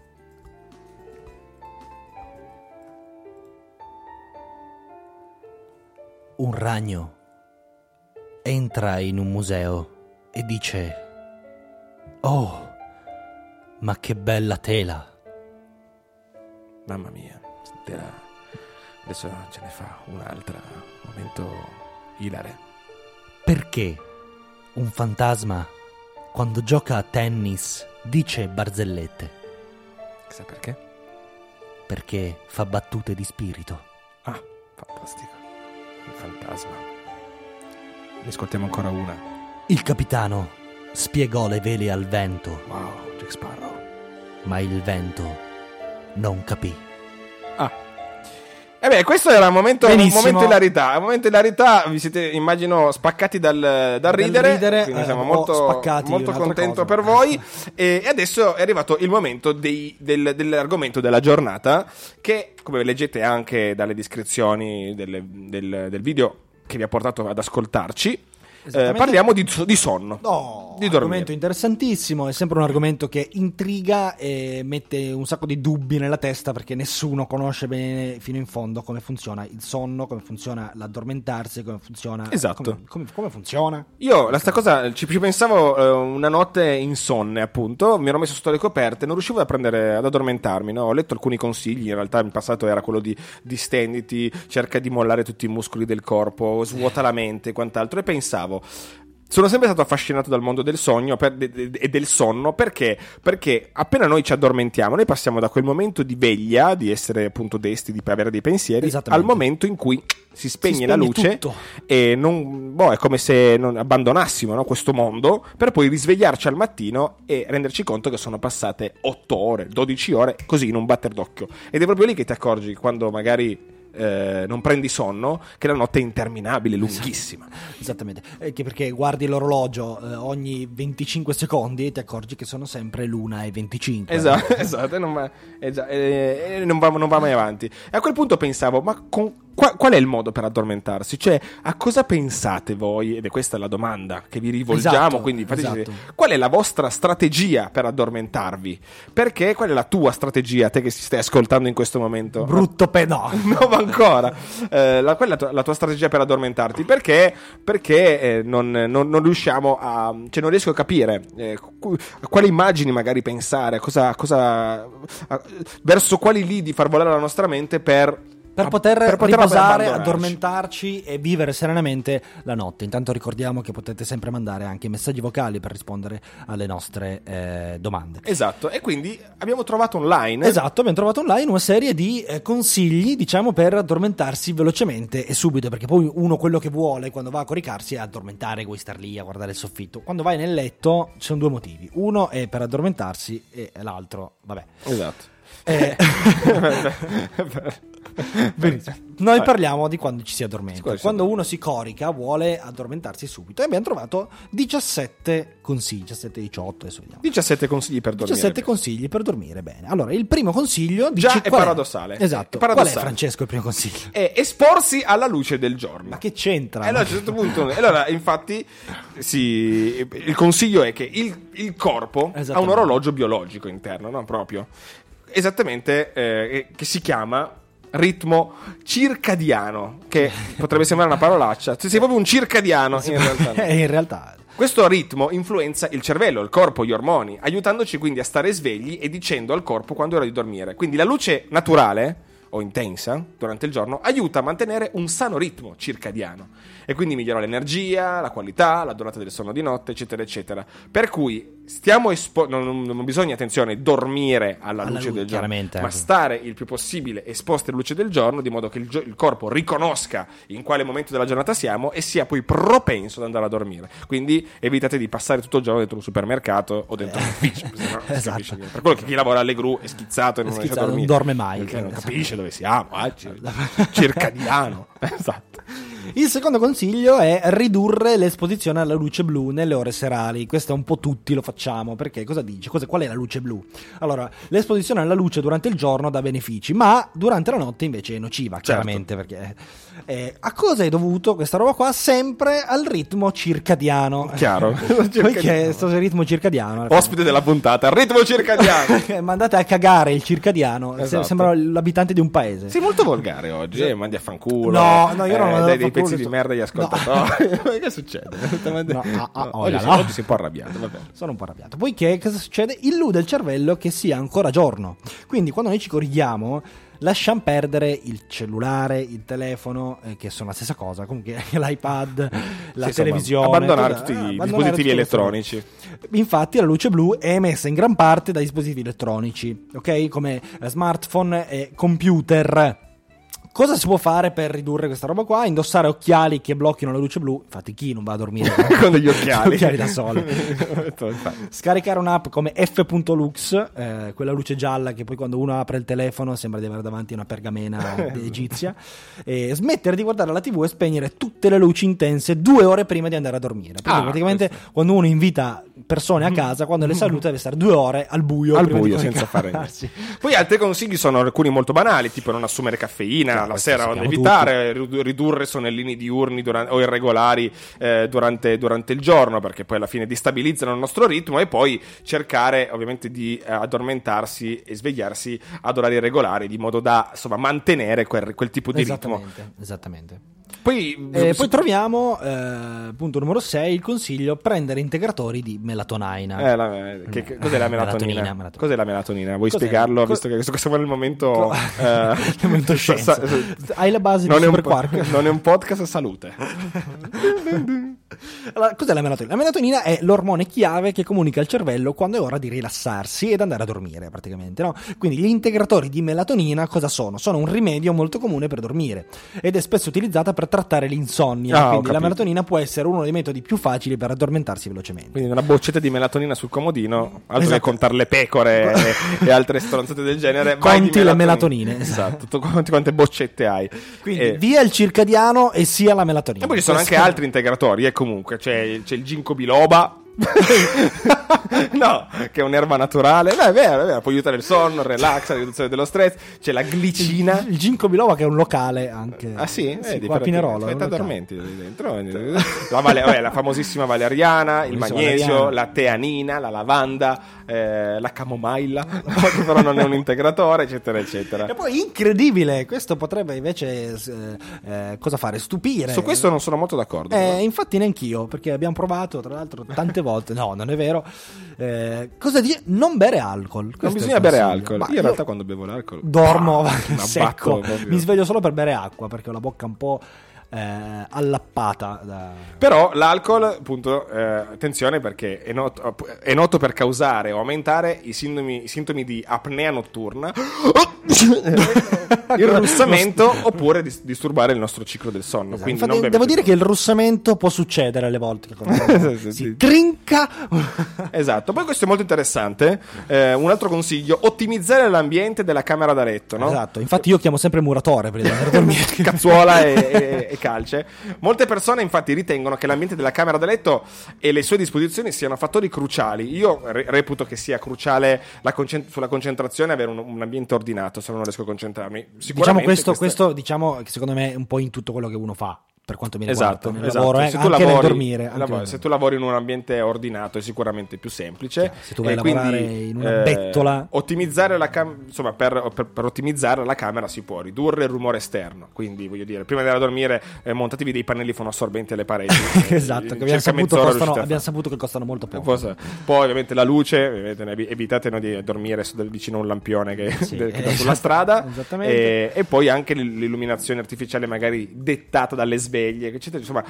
Speaker 1: Un ragno entra in un museo e dice: "Oh, ma che bella tela!"
Speaker 2: Mamma mia, stasera- adesso ce ne fa un'altra, momento ilare.
Speaker 1: Perché un fantasma, quando gioca a tennis, dice barzellette?
Speaker 2: Chissà perché?
Speaker 1: Perché fa battute di spirito.
Speaker 2: Ah, fantastico. Un fantasma. Ne ascoltiamo ancora una.
Speaker 1: Il capitano spiegò le vele al vento,
Speaker 2: Wow, Jack Sparrow.
Speaker 1: ma il vento non capì.
Speaker 2: Ah. E beh, questo era un momento, un
Speaker 1: Benissimo.
Speaker 2: momento ilarità. Un momento ilarità, vi siete, immagino, spaccati dal, dal ridere.
Speaker 1: ridere,
Speaker 2: quindi
Speaker 1: eh,
Speaker 2: siamo
Speaker 1: o
Speaker 2: molto,
Speaker 1: spaccati,
Speaker 2: molto
Speaker 1: un'altra
Speaker 2: contento
Speaker 1: cosa.
Speaker 2: per voi. E, e adesso è arrivato il momento dei, del, dell'argomento della giornata, che, come leggete anche dalle descrizioni delle- del, del video che vi ha portato ad ascoltarci, eh,
Speaker 1: Esattamente.
Speaker 2: parliamo di, di sonno.
Speaker 1: No,
Speaker 2: Di
Speaker 1: un
Speaker 2: dormire.
Speaker 1: argomento interessantissimo, è sempre un argomento che intriga e mette un sacco di dubbi nella testa, perché nessuno conosce bene fino in fondo come funziona il sonno, come funziona l'addormentarsi, come funziona...
Speaker 2: Esatto.
Speaker 1: Come, come- come funziona?
Speaker 2: Io la sta cosa ci, ci pensavo eh, una notte insonne, appunto, mi ero messo sotto le coperte, non riuscivo a prendere ad addormentarmi, no? Ho letto alcuni consigli, in realtà in passato era quello di distenditi, cerca di mollare tutti i muscoli del corpo, svuota la mente e quant'altro, e pensavo, sono sempre stato affascinato dal mondo del sogno per- de- de- e del sonno, perché? Perché appena noi ci addormentiamo, noi passiamo da quel momento di veglia, di essere appunto desti, di avere dei pensieri,
Speaker 1: Esattamente.
Speaker 2: al momento in cui si spegne,
Speaker 1: Si
Speaker 2: la
Speaker 1: spegne
Speaker 2: luce
Speaker 1: tutto.
Speaker 2: e non, boh, è come se non abbandonassimo, no, questo mondo, per poi risvegliarci al mattino e renderci conto che sono passate otto ore, dodici ore, così in un batter d'occhio. Ed è proprio lì che ti accorgi, quando magari eh, non prendi sonno, che la notte è interminabile, lunghissima.
Speaker 1: Esattamente, eh, che perché guardi l'orologio eh, ogni venticinque secondi e ti accorgi che sono sempre l'una e venticinque.
Speaker 2: Esatto, esatto, e non va, esa- e- e non va, non va mai avanti. E a quel punto pensavo, ma con, qua- qual è il modo per addormentarsi? Cioè, a cosa pensate voi? Ed è questa la domanda che vi rivolgiamo,
Speaker 1: Esatto,
Speaker 2: quindi fateci
Speaker 1: esatto.
Speaker 2: sapere. Qual è la vostra strategia per addormentarvi? Perché? Qual è la tua strategia, te che si stai ascoltando in questo momento?
Speaker 1: Brutto pe... no.
Speaker 2: No, ma ancora. Eh, la, qual è la tua, la tua strategia per addormentarti? Perché? Perché eh, non, non- non riusciamo a. Cioè, non riesco a capire eh, cu- a quali immagini magari pensare, a cosa. cosa a- verso quali lidi far volare la nostra mente per.
Speaker 1: Per poter,
Speaker 2: per poter
Speaker 1: riposare,
Speaker 2: abbandonarci.
Speaker 1: addormentarci e vivere serenamente la notte. Intanto ricordiamo che potete sempre mandare anche messaggi vocali per rispondere alle nostre eh, domande.
Speaker 2: Esatto, e quindi abbiamo trovato online.
Speaker 1: Esatto, abbiamo trovato online una serie di eh, consigli, diciamo, per addormentarsi velocemente e subito, perché poi uno quello che vuole quando va a coricarsi è addormentare, vuoi star lì a guardare il soffitto. Quando vai nel letto ci sono due motivi, uno è per addormentarsi e l'altro, vabbè.
Speaker 2: Esatto.
Speaker 1: Eh, Benissimo. Noi parliamo di quando ci si addormenta.
Speaker 2: Scusa,
Speaker 1: Quando uno si corica vuole addormentarsi subito. E abbiamo trovato diciassette consigli, diciassette diciotto, adesso vediamo.
Speaker 2: diciassette consigli per dormire.
Speaker 1: diciassette consigli per dormire bene. Allora, il primo consiglio dice
Speaker 2: Già è
Speaker 1: qual
Speaker 2: paradossale.
Speaker 1: Esatto.
Speaker 2: È paradossale.
Speaker 1: Qual è, Francesco, il primo consiglio?
Speaker 2: È esporsi alla luce del giorno.
Speaker 1: Ma che c'entra?
Speaker 2: E allora a un certo punto, allora infatti sì, il consiglio è che il, il corpo ha un orologio biologico interno, no? Proprio esattamente eh, che si chiama ritmo circadiano, che potrebbe sembrare una parolaccia, sei proprio un circadiano in realtà. No.
Speaker 1: in realtà
Speaker 2: Questo ritmo influenza il cervello, il corpo, gli ormoni, aiutandoci quindi a stare svegli e dicendo al corpo quando è ora di dormire. Quindi la luce naturale o intensa durante il giorno aiuta a mantenere un sano ritmo circadiano e quindi migliora l'energia, la qualità, la durata del sonno di notte, eccetera eccetera. Per cui stiamo espo- non, non bisogna, attenzione, dormire alla, alla luce lu- del giorno, ma
Speaker 1: ecco.
Speaker 2: stare il più possibile esposti alla luce del giorno, di modo che il, gio- il corpo riconosca in quale momento della giornata siamo e sia poi propenso ad andare a dormire. Quindi evitate di passare tutto il giorno dentro un supermercato o dentro un ufficio, no,
Speaker 1: esatto.
Speaker 2: Per quello che chi lavora alle gru è schizzato e non,
Speaker 1: è
Speaker 2: riesce a
Speaker 1: schizzato,
Speaker 2: dormire,
Speaker 1: non dorme mai,
Speaker 2: perché non
Speaker 1: esatto.
Speaker 2: capisce dove siamo, ah, circadiano. Esatto.
Speaker 1: Il secondo consiglio è ridurre l'esposizione alla luce blu nelle ore serali. Questo un po' tutti lo facciamo, perché cosa dice? Cosa, qual è la luce blu? Allora, l'esposizione alla luce durante il giorno dà benefici, ma durante la notte invece è nociva, chiaramente, certo. Perché eh, a cosa è dovuto questa roba qua? Sempre al ritmo circadiano.
Speaker 2: Chiaro.
Speaker 1: Perché questo ritmo circadiano,
Speaker 2: ospite della puntata, ritmo circadiano.
Speaker 1: Mandate a cagare il circadiano, esatto. Sembra l'abitante di un paese.
Speaker 2: Sei molto volgare oggi, sì. eh, mandi a fanculo.
Speaker 1: No, no, io non
Speaker 2: eh,
Speaker 1: mando
Speaker 2: dai
Speaker 1: a
Speaker 2: dei pezzi
Speaker 1: fanculo,
Speaker 2: di merda agli ascoltatori. No. Che succede?
Speaker 1: No, ah, ah,
Speaker 2: no,
Speaker 1: oh,
Speaker 2: oggi,
Speaker 1: là,
Speaker 2: sei,
Speaker 1: là.
Speaker 2: oggi sei un po' arrabbiato, vabbè.
Speaker 1: Sono un po' arrabbiato. Poiché cosa succede? Illude il cervello che sia ancora giorno. Quindi quando noi ci corriamo lasciamo perdere il cellulare, il telefono, eh, che sono la stessa cosa, comunque l'iPad, la
Speaker 2: sì,
Speaker 1: televisione,
Speaker 2: abbandonare
Speaker 1: cosa,
Speaker 2: tutti
Speaker 1: ah,
Speaker 2: i
Speaker 1: abbandonare
Speaker 2: dispositivi
Speaker 1: tutto
Speaker 2: elettronici.
Speaker 1: Infatti la luce blu è emessa in gran parte dai dispositivi elettronici, ok? Come smartphone e computer. Cosa si può fare per ridurre questa roba qua? Indossare occhiali che blocchino la luce blu. Infatti chi non va a dormire
Speaker 2: con degli occhiali,
Speaker 1: occhiali da sole. Scaricare un'app come F punto Lux, eh, quella luce gialla che poi quando uno apre il telefono sembra di avere davanti una pergamena egizia. E smettere di guardare la tivù e spegnere tutte le luci intense due ore prima di andare a dormire. Perché
Speaker 2: ah,
Speaker 1: praticamente
Speaker 2: questo.
Speaker 1: Quando uno invita persone a casa, quando le saluta deve stare due ore al buio
Speaker 2: al buio senza fare niente. Poi altri consigli sono alcuni molto banali, tipo non assumere caffeina la sera, o evitare, tutti. ridurre sonnellini diurni durante, o irregolari eh, durante, durante il giorno, perché poi alla fine destabilizzano il nostro ritmo, e poi cercare ovviamente di eh, addormentarsi e svegliarsi ad orari regolari, di modo da insomma mantenere quel, quel tipo di
Speaker 1: esattamente,
Speaker 2: ritmo.
Speaker 1: Esattamente.
Speaker 2: Poi,
Speaker 1: eh, poi troviamo eh, punto numero sei, il consiglio: prendere integratori di melatonina.
Speaker 2: Eh, la, che, che, cos'è la melatonina?
Speaker 1: melatonina, melatonina.
Speaker 2: Cos'è la melatonina? Vuoi
Speaker 1: cos'è?
Speaker 2: spiegarlo?
Speaker 1: Co-
Speaker 2: visto che questo, questo è il momento,
Speaker 1: Co-
Speaker 2: eh,
Speaker 1: il momento scienza. Sa- sa- Hai la base
Speaker 2: non
Speaker 1: di
Speaker 2: è un
Speaker 1: Super Quark.
Speaker 2: Non è un podcast salute.
Speaker 1: Allora, cos'è la melatonina? La melatonina è l'ormone chiave che comunica al cervello quando è ora di rilassarsi ed andare a dormire, praticamente, no? Quindi gli integratori di melatonina cosa sono? Sono un rimedio molto comune per dormire ed è spesso utilizzata per trattare l'insonnia.
Speaker 2: Ah,
Speaker 1: quindi la melatonina può essere uno dei metodi più facili per addormentarsi velocemente.
Speaker 2: Quindi una boccetta di melatonina sul comodino, altro
Speaker 1: esatto.
Speaker 2: che contare le pecore e, e altre stronzate del genere.
Speaker 1: Conti le melatonine.
Speaker 2: Esatto, tu quante, quante boccette hai.
Speaker 1: Quindi
Speaker 2: e...
Speaker 1: via il circadiano e sia la melatonina.
Speaker 2: E poi ci sono
Speaker 1: Questo...
Speaker 2: anche altri integratori, e comunque c'è, c'è il ginkgo biloba. No, che è un'erba naturale. No, è vero, è vero, può aiutare il sonno, il relax, la riduzione dello stress. C'è la glicina.
Speaker 1: Il, il ginkgo biloba, che è un locale anche.
Speaker 2: Ah sì?
Speaker 1: sì
Speaker 2: Vedi,
Speaker 1: qua a Pinerolo.
Speaker 2: Aspetta, addormenti dentro. La, vale, vabbè, la famosissima valeriana, il magnesio, valeriana. La teanina, la lavanda, eh, la camomilla, che però non è un integratore, eccetera, eccetera.
Speaker 1: E poi incredibile, questo potrebbe invece eh, cosa fare? Stupire.
Speaker 2: Su questo non sono molto d'accordo.
Speaker 1: Eh, infatti neanch'io, perché abbiamo provato tra l'altro tante volte. No, non è vero. Eh, cosa dice? Non bere alcol. Questo
Speaker 2: non bisogna bere alcol. Io in
Speaker 1: io
Speaker 2: realtà quando bevo l'alcol
Speaker 1: dormo
Speaker 2: bah,
Speaker 1: secco. Mi sveglio solo per bere acqua, perché ho la bocca un po' eh, allappata da...
Speaker 2: Però l'alcol, appunto, eh, attenzione, perché è noto, è noto per causare o aumentare i sintomi, i sintomi di apnea notturna, il russamento, oppure dis- disturbare il nostro ciclo del sonno.
Speaker 1: Esatto.
Speaker 2: Quindi
Speaker 1: Infatti,
Speaker 2: non
Speaker 1: devo
Speaker 2: bevete
Speaker 1: dire che il russamento può succedere alle volte che quando
Speaker 2: Sì,
Speaker 1: si
Speaker 2: sì.
Speaker 1: trinca.
Speaker 2: Esatto, poi questo è molto interessante. Eh, un altro consiglio: ottimizzare l'ambiente della camera da letto, no?
Speaker 1: Esatto, infatti io chiamo sempre muratore per andare a dormire.
Speaker 2: Cazzuola e, e, e calce. Molte persone infatti ritengono che l'ambiente della camera da letto e le sue disposizioni siano fattori cruciali. Io re- reputo che sia cruciale la concent- sulla concentrazione avere un, un ambiente ordinato, se no non riesco a concentrarmi.
Speaker 1: Diciamo
Speaker 2: Sicuramente
Speaker 1: questo,
Speaker 2: questa-
Speaker 1: questo diciamo che secondo me è un po' in tutto quello che uno fa, per quanto mi
Speaker 2: Esatto,
Speaker 1: riguarda, nel
Speaker 2: esatto.
Speaker 1: lavoro, eh,
Speaker 2: Se tu
Speaker 1: anche
Speaker 2: lavori,
Speaker 1: nel dormire. anche
Speaker 2: lavori-
Speaker 1: nel-
Speaker 2: se tu lavori in un ambiente ordinato è sicuramente più semplice.
Speaker 1: Se tu vai
Speaker 2: E
Speaker 1: a
Speaker 2: quindi,
Speaker 1: lavorare in una bettola-
Speaker 2: ottimizzare la cam- insomma, per, per, per ottimizzare la camera si può ridurre il rumore esterno. Quindi, voglio dire, prima di andare a dormire, eh, montatevi dei pannelli fonoassorbenti alle pareti.
Speaker 1: esatto,
Speaker 2: Eh,
Speaker 1: che abbiamo,
Speaker 2: circa
Speaker 1: saputo
Speaker 2: mezz'ora
Speaker 1: costano,
Speaker 2: riuscite a
Speaker 1: abbiamo
Speaker 2: fare.
Speaker 1: saputo che costano molto poco.
Speaker 2: Poi, poi, ovviamente la luce, ovviamente, evi- evitate no, di dormire su- vicino a un lampione che,
Speaker 1: Sì,
Speaker 2: che
Speaker 1: eh,
Speaker 2: sta sulla
Speaker 1: esatto,
Speaker 2: strada.
Speaker 1: esattamente.
Speaker 2: E, e poi anche l- l'illuminazione artificiale, magari dettata dalle sveglie, eccetera. Insomma,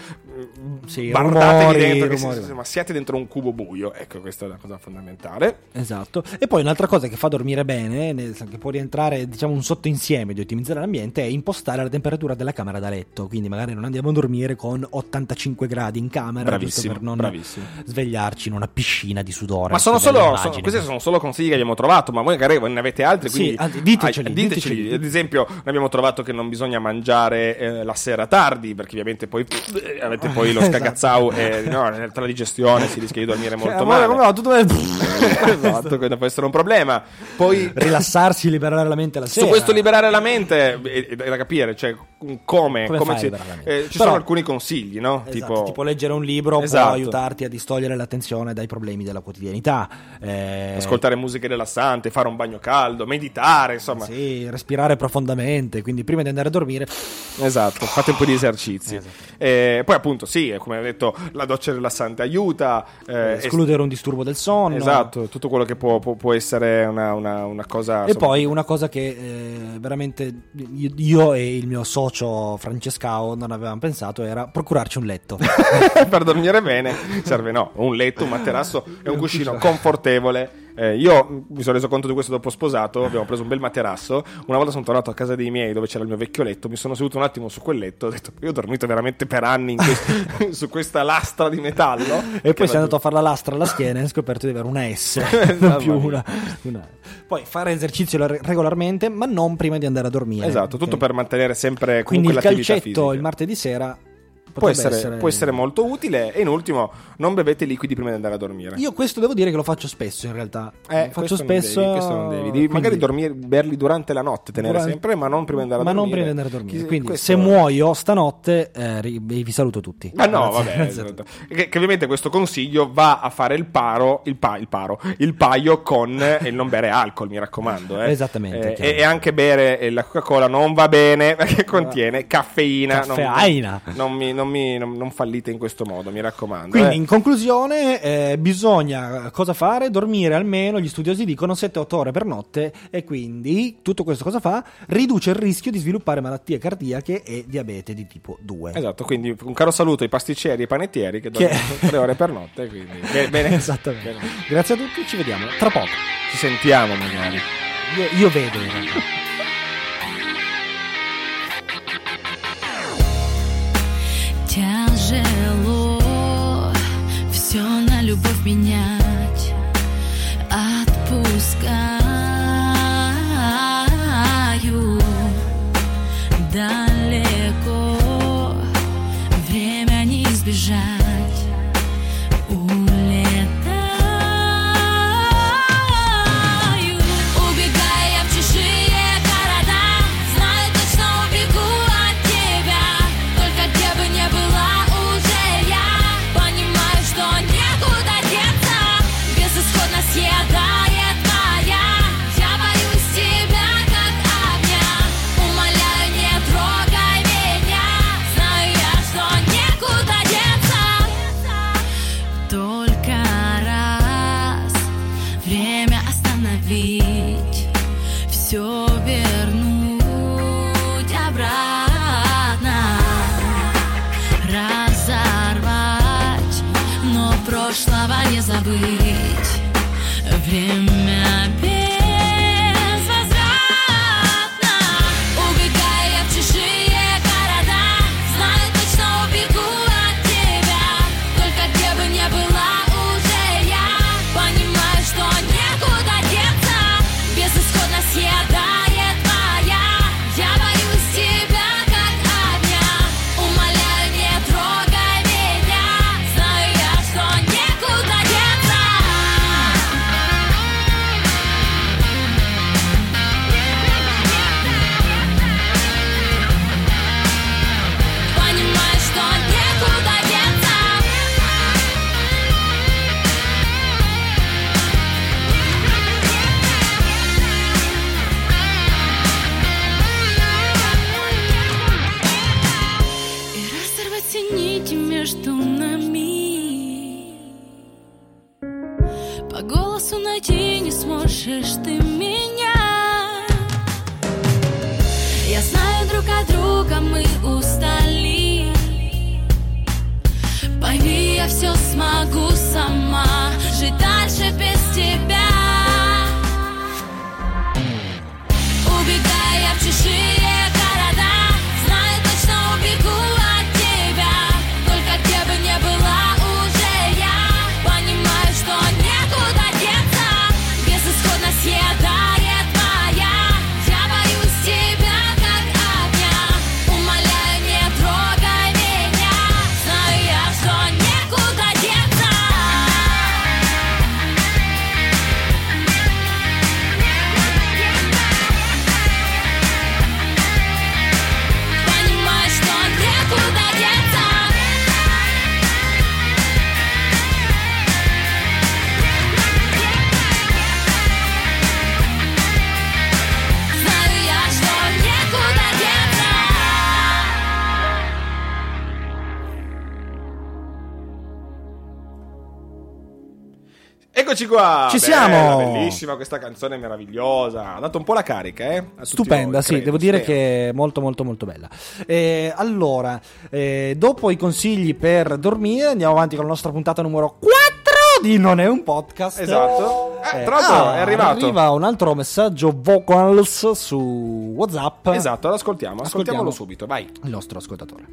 Speaker 1: Sì,
Speaker 2: bardatevi
Speaker 1: rumori,
Speaker 2: dentro, che
Speaker 1: rumori.
Speaker 2: si- insomma, siate dentro un cubo buio. Ecco, questa è la cosa fondamentale.
Speaker 1: Esatto. E poi un'altra cosa che fa dormire bene, nel senso che può rientrare, diciamo, un sottoinsieme di ottimizzare l'ambiente, è impostare la temperatura della camera da letto. Quindi magari non andiamo a dormire con ottantacinque gradi in camera,
Speaker 2: Bravissimo,
Speaker 1: giusto per non
Speaker 2: bravissimo.
Speaker 1: svegliarci in una piscina di sudore.
Speaker 2: Ma sono
Speaker 1: Queste belle
Speaker 2: solo, sono-
Speaker 1: immagini.
Speaker 2: questi sono solo consigli che abbiamo trovato, ma voi magari ne avete altri.
Speaker 1: Sì,
Speaker 2: Quindi,
Speaker 1: anzi, diteceli,
Speaker 2: ah,
Speaker 1: diteceli.
Speaker 2: Ad esempio, noi abbiamo trovato che non bisogna mangiare eh, la sera tardi, perché ovviamente poi pff, avete poi lo
Speaker 1: Esatto.
Speaker 2: scagazzau e no, tra la digestione si rischia di dormire molto
Speaker 1: Eh,
Speaker 2: male.
Speaker 1: come no, tu dove...
Speaker 2: Esatto, questo può essere un problema. Poi
Speaker 1: rilassarsi, liberare la mente la sera.
Speaker 2: su questo liberare la mente è, è da capire, cioè come,
Speaker 1: Come
Speaker 2: come
Speaker 1: fai a
Speaker 2: ci,
Speaker 1: liberare la mente?
Speaker 2: eh, ci
Speaker 1: Però-
Speaker 2: sono alcuni consigli, no?
Speaker 1: Esatto,
Speaker 2: tipo,
Speaker 1: tipo leggere un libro
Speaker 2: Esatto.
Speaker 1: può aiutarti a distogliere l'attenzione dai problemi della quotidianità. Eh,
Speaker 2: ascoltare musiche rilassanti, fare un bagno caldo, meditare, insomma.
Speaker 1: sì, respirare profondamente, quindi prima di andare a dormire
Speaker 2: Esatto, fate un po' di esercizi.
Speaker 1: Esatto.
Speaker 2: Eh, poi appunto sì, come ho detto, la doccia rilassante aiuta. eh,
Speaker 1: escludere un disturbo del sonno.
Speaker 2: Esatto, tutto quello che può, può, può essere una, una, una cosa...
Speaker 1: E
Speaker 2: insomma,
Speaker 1: poi una cosa che eh, veramente io, io e il mio socio Francescao non avevamo pensato era procurarci un letto.
Speaker 2: per dormire bene serve no, un letto, un materasso e un cuscino confortevole. Eh, io mi sono reso conto di questo dopo sposato, abbiamo preso un bel materasso. Una volta sono tornato a casa dei miei dove c'era il mio vecchio letto, mi sono seduto un attimo su quel letto, ho detto io ho dormito veramente per anni in questo- su questa lastra di metallo.
Speaker 1: E poi sei andato a fare la lastra alla schiena e hai scoperto di avere una S, non più una, una. Poi fare esercizio la- regolarmente, ma non prima di andare a dormire.
Speaker 2: Esatto, tutto
Speaker 1: Ok?
Speaker 2: per mantenere sempre
Speaker 1: Quindi
Speaker 2: comunque
Speaker 1: il
Speaker 2: l'attività
Speaker 1: calcetto
Speaker 2: fisica.
Speaker 1: il martedì sera
Speaker 2: Può
Speaker 1: potrebbe
Speaker 2: essere, può essere molto utile. E in ultimo, non bevete liquidi prima di andare a dormire.
Speaker 1: Io questo devo dire che lo faccio spesso in realtà.
Speaker 2: Eh,
Speaker 1: Lo faccio
Speaker 2: questo non
Speaker 1: spesso.
Speaker 2: devi, questo non devi. Devi
Speaker 1: quindi-
Speaker 2: magari dormire, berli durante la notte, tenere
Speaker 1: Durante-
Speaker 2: sempre, ma non prima di andare a
Speaker 1: ma
Speaker 2: dormire.
Speaker 1: non prima di andare a dormire.
Speaker 2: Chi-
Speaker 1: Quindi
Speaker 2: questo-
Speaker 1: se muoio stanotte eh, ri- vi saluto tutti.
Speaker 2: Ah no,
Speaker 1: Grazie.
Speaker 2: vabbè,
Speaker 1: Grazie.
Speaker 2: esatto. che, che ovviamente questo consiglio va a fare il paro, il, pa- il paro, il paio con il non bere alcol, mi raccomando. Eh.
Speaker 1: Esattamente,
Speaker 2: Eh,
Speaker 1: chiaro.
Speaker 2: e, e anche bere eh, la Coca-Cola non va bene perché contiene caffeina. Non-
Speaker 1: Caffeina.
Speaker 2: Non, mi, non, mi, non, non fallite in questo modo, mi raccomando.
Speaker 1: Quindi
Speaker 2: eh.
Speaker 1: in conclusione eh, bisogna cosa fare? Dormire almeno, gli studiosi dicono sette otto ore per notte, e quindi tutto questo cosa fa? Riduce il rischio di sviluppare malattie cardiache e diabete di tipo due.
Speaker 2: Esatto, quindi un caro saluto ai pasticceri e ai panettieri che dormono tre ore per notte. Quindi, bene, bene.
Speaker 1: Esattamente.
Speaker 2: Bene.
Speaker 1: Grazie a tutti, ci vediamo tra poco.
Speaker 2: Ci sentiamo magari.
Speaker 1: Io, io vedo in realtà.
Speaker 5: Тяжело все на любовь менять. Отпускаю далеко, время не избежать. Улетаю, убегая в чужие города. Знаю, точно убегу от тебя. Только где бы не была уже я, понимаю, что некуда деться. Время безвозвратно. Убегая я в чужие города, знаю, точно убегу от тебя. Только где бы ни была уже я, понимаю, что некуда деться. Безысходно съедает моя. Я боюсь тебя как огня. Умоляю, не трогай меня. Знаю я, что некуда деться. Понимаю, что некуда деться. И разорвать все нити между нами. По голосу найти не сможешь ты меня. Я знаю, друг от друга мы устали. Пойми, я все смогу сама жить дальше без тебя. Убегая я в чужие города, знаю, точно убегу от тебя. Только где бы ни была уже я, понимаю, что некуда деться. Безысходно съедает моя. Я боюсь тебя как огня. Умоляю, не трогай меня. Знаю я, что некуда деться. Понимаю, что некуда деться. Знаю я, что некуда деться.
Speaker 2: Eccoci qua!
Speaker 1: Ci
Speaker 2: Bella,
Speaker 1: siamo!
Speaker 2: Bellissima questa canzone meravigliosa. Ha dato un po' la carica, eh? A tutti
Speaker 1: Stupenda,
Speaker 2: voi,
Speaker 1: sì,
Speaker 2: credo,
Speaker 1: devo dire
Speaker 2: spero.
Speaker 1: che è molto molto molto bella. Eh, allora, eh, dopo i consigli per dormire, andiamo avanti con la nostra puntata numero quattro di Non è un podcast.
Speaker 2: Esatto. Eh,
Speaker 1: Eh,
Speaker 2: tra l'altro
Speaker 1: ah,
Speaker 2: è arrivato.
Speaker 1: Arriva un altro messaggio vocals su WhatsApp.
Speaker 2: Esatto, lo ascoltiamo. Ascoltiamolo
Speaker 1: Ascoltiamo.
Speaker 2: subito, vai.
Speaker 1: Il nostro ascoltatore.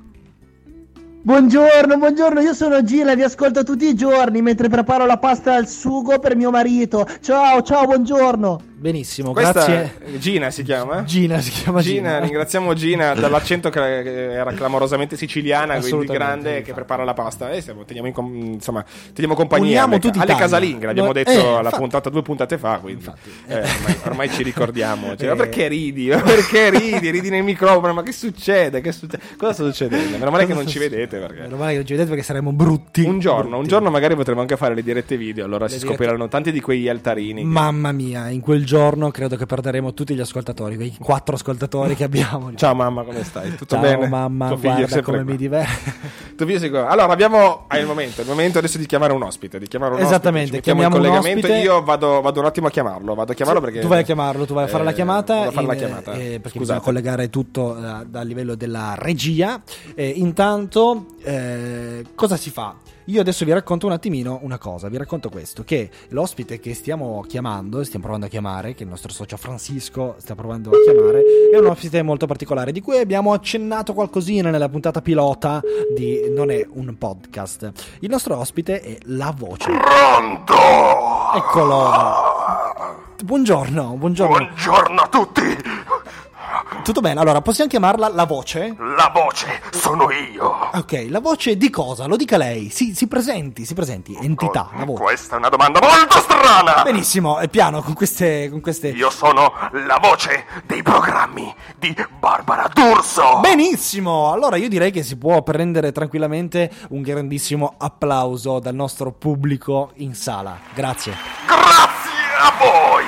Speaker 6: Buongiorno, buongiorno, io sono Gila, vi ascolto tutti i giorni mentre preparo la pasta al sugo per mio marito. Ciao, ciao, buongiorno.
Speaker 1: Benissimo,
Speaker 2: Questa
Speaker 1: grazie.
Speaker 2: è Gina si chiama?
Speaker 1: Gina si chiama Gina.
Speaker 2: Gina, ringraziamo Gina dall'accento che era clamorosamente siciliana, quindi
Speaker 1: Assolutamente,
Speaker 2: grande, che
Speaker 1: infatti.
Speaker 2: prepara la pasta. E stiamo, teniamo, in com- insomma, teniamo compagnia
Speaker 1: Uniamo
Speaker 2: alle,
Speaker 1: tutti
Speaker 2: alle
Speaker 1: Italia.
Speaker 2: casalinghe, l'abbiamo
Speaker 1: No,
Speaker 2: detto
Speaker 1: eh,
Speaker 2: alla
Speaker 1: infatti.
Speaker 2: puntata due puntate fa, quindi
Speaker 1: Infatti.
Speaker 2: eh, ormai, ormai ci ricordiamo. Cioè, ma
Speaker 1: Eh.
Speaker 2: perché ridi? Ma perché ridi? Ridi nel microfono? Ma che succede? Che succede? Cosa sta succedendo? Meno male che non ci vedete, perché
Speaker 1: Meno male che non ci vedete perché saremo brutti.
Speaker 2: un giorno,
Speaker 1: Brutti.
Speaker 2: un giorno magari potremo anche fare le dirette video, allora si
Speaker 1: dirette-
Speaker 2: scopriranno tanti di quegli altarini. che-
Speaker 1: Mamma mia, in quel giorno credo che perderemo tutti gli ascoltatori, quei quattro ascoltatori che abbiamo.
Speaker 2: Ciao mamma, come stai? Tutto
Speaker 1: Ciao
Speaker 2: bene?
Speaker 1: mamma,
Speaker 2: Tuo figlio è
Speaker 1: guarda
Speaker 2: sempre
Speaker 1: come
Speaker 2: qua.
Speaker 1: mi diverto.
Speaker 2: Tuo figlio è sicuro. Allora abbiamo ah, il momento, il momento adesso di chiamare un ospite, di chiamare un
Speaker 1: Esattamente,
Speaker 2: ospite. Ci mettiamo in
Speaker 1: chiamiamo un
Speaker 2: collegamento.
Speaker 1: ospite.
Speaker 2: Io vado, vado un attimo a chiamarlo, vado a chiamarlo perché
Speaker 1: Tu vai a chiamarlo, tu vai a fare
Speaker 2: eh,
Speaker 1: la chiamata,
Speaker 2: vado a fare la
Speaker 1: in-
Speaker 2: chiamata.
Speaker 1: eh, perché
Speaker 2: Scusate.
Speaker 1: bisogna collegare tutto eh, dal livello della regia. Eh, intanto, eh, cosa si fa? Io adesso vi racconto un attimino una cosa, vi racconto questo, che l'ospite che stiamo chiamando, stiamo provando a chiamare, che il nostro socio Francisco sta provando a chiamare, è un ospite molto particolare, di cui abbiamo accennato qualcosina nella puntata pilota di Non è un podcast. Il nostro ospite è La Voce.
Speaker 3: Pronto!
Speaker 1: Eccolo! Buongiorno, buongiorno.
Speaker 3: Buongiorno a tutti!
Speaker 1: Tutto bene, allora possiamo chiamarla La Voce?
Speaker 3: La voce sono io!
Speaker 1: Ok, la voce di cosa? Lo dica lei, si, si presenti, si presenti, entità, la voce.
Speaker 3: Questa è una domanda molto strana!
Speaker 1: Benissimo, è piano con queste, con queste...
Speaker 3: Io sono la voce dei programmi di Barbara D'Urso!
Speaker 1: Benissimo, allora io direi che si può prendere tranquillamente un grandissimo applauso dal nostro pubblico in sala. Grazie.
Speaker 3: Grazie a voi!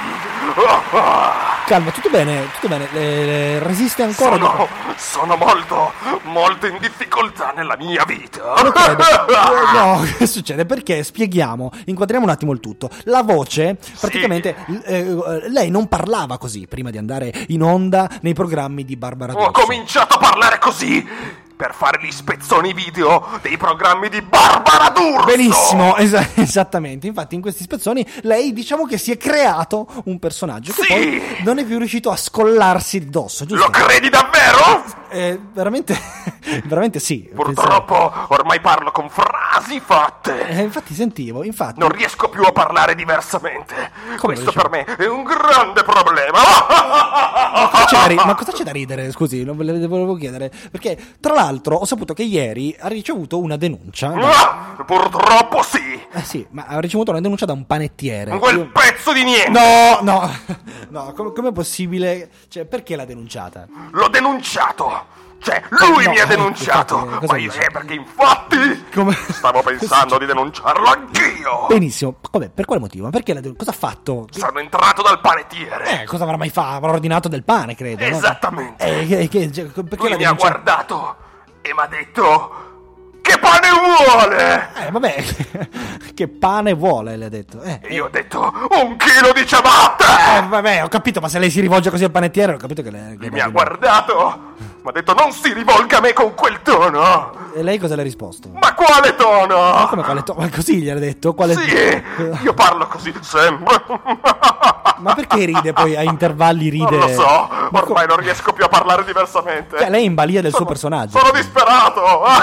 Speaker 1: Calma, tutto bene, tutto bene, eh, resiste ancora?
Speaker 3: Sono, sono molto, molto in difficoltà nella mia vita!
Speaker 1: Lo credo. Eh, No, che succede? Perché spieghiamo, inquadriamo un attimo il tutto. La voce, praticamente, eh, lei non parlava così prima di andare in onda nei programmi di Barbara
Speaker 3: Ho
Speaker 1: D'Urso.
Speaker 3: cominciato a parlare così per fare gli spezzoni video dei programmi di Barbara D'Urso.
Speaker 1: Benissimo, es- esattamente. Infatti in questi spezzoni lei diciamo che si è creato un personaggio che
Speaker 3: Sì.
Speaker 1: poi non è più riuscito a scollarsi di dosso, giusto?
Speaker 3: Lo credi davvero?
Speaker 1: Eh, veramente, veramente sì.
Speaker 3: Purtroppo ormai parlo con frasi fatte.
Speaker 1: Eh, infatti sentivo, infatti.
Speaker 3: Non riesco più a parlare diversamente.
Speaker 1: Come
Speaker 3: Questo
Speaker 1: lo
Speaker 3: per me è un grande problema.
Speaker 1: Ma cosa, c'è da ri- ma cosa c'è da ridere? Scusi, non ve le volevo chiedere. Perché, tra l'altro, ho saputo che ieri ha ricevuto una denuncia.
Speaker 3: Ah, Purtroppo sì.
Speaker 1: Eh sì, ma ha ricevuto una denuncia da un panettiere.
Speaker 3: Quel
Speaker 1: Io-
Speaker 3: pezzo di niente.
Speaker 1: No, no, no, come com'è possibile? Cioè, perché l'ha denunciata?
Speaker 3: L'ho denunciato. Cioè, lui
Speaker 1: No,
Speaker 3: mi ha
Speaker 1: eh,
Speaker 3: denunciato.
Speaker 1: infatti, cosa
Speaker 3: Ma io,
Speaker 1: dice?
Speaker 3: eh, perché infatti
Speaker 1: Come-
Speaker 3: stavo pensando di denunciarlo anch'io.
Speaker 1: Benissimo, vabbè, per quale motivo? Ma perché l'ha denunciata? Cosa ha fatto?
Speaker 3: Sono entrato dal panettiere.
Speaker 1: Eh, cosa avrà mai fatto? Avrà ordinato del pane, credo. no?
Speaker 3: Esattamente.
Speaker 1: Eh, che, che- cioè, perché
Speaker 3: Lui
Speaker 1: l'ha
Speaker 3: mi ha
Speaker 1: denunciata?
Speaker 3: guardato e mi ha detto: che pane vuole?
Speaker 1: Eh, vabbè, che pane vuole, le ha detto. Eh,
Speaker 3: E io ho detto: un chilo di ciabatte.
Speaker 1: eh, vabbè, ho capito, ma se lei si rivolge così al panettiere, ho capito che lei...
Speaker 3: Lui mi ha guardato, mi ha detto: non si rivolga a me con quel tono.
Speaker 1: E lei cosa le ha risposto?
Speaker 3: Ma quale tono?
Speaker 1: Ma come quale to- Ma così gli ha detto? Quale...
Speaker 3: Sì, io parlo così sempre.
Speaker 1: Ma perché ride poi a intervalli ride?
Speaker 3: Non lo so,
Speaker 1: Ma
Speaker 3: ormai
Speaker 1: co-
Speaker 3: non riesco più a parlare diversamente.
Speaker 1: Cioè, lei è in balia del suo
Speaker 3: Sono-
Speaker 1: personaggio.
Speaker 3: Sono disperato.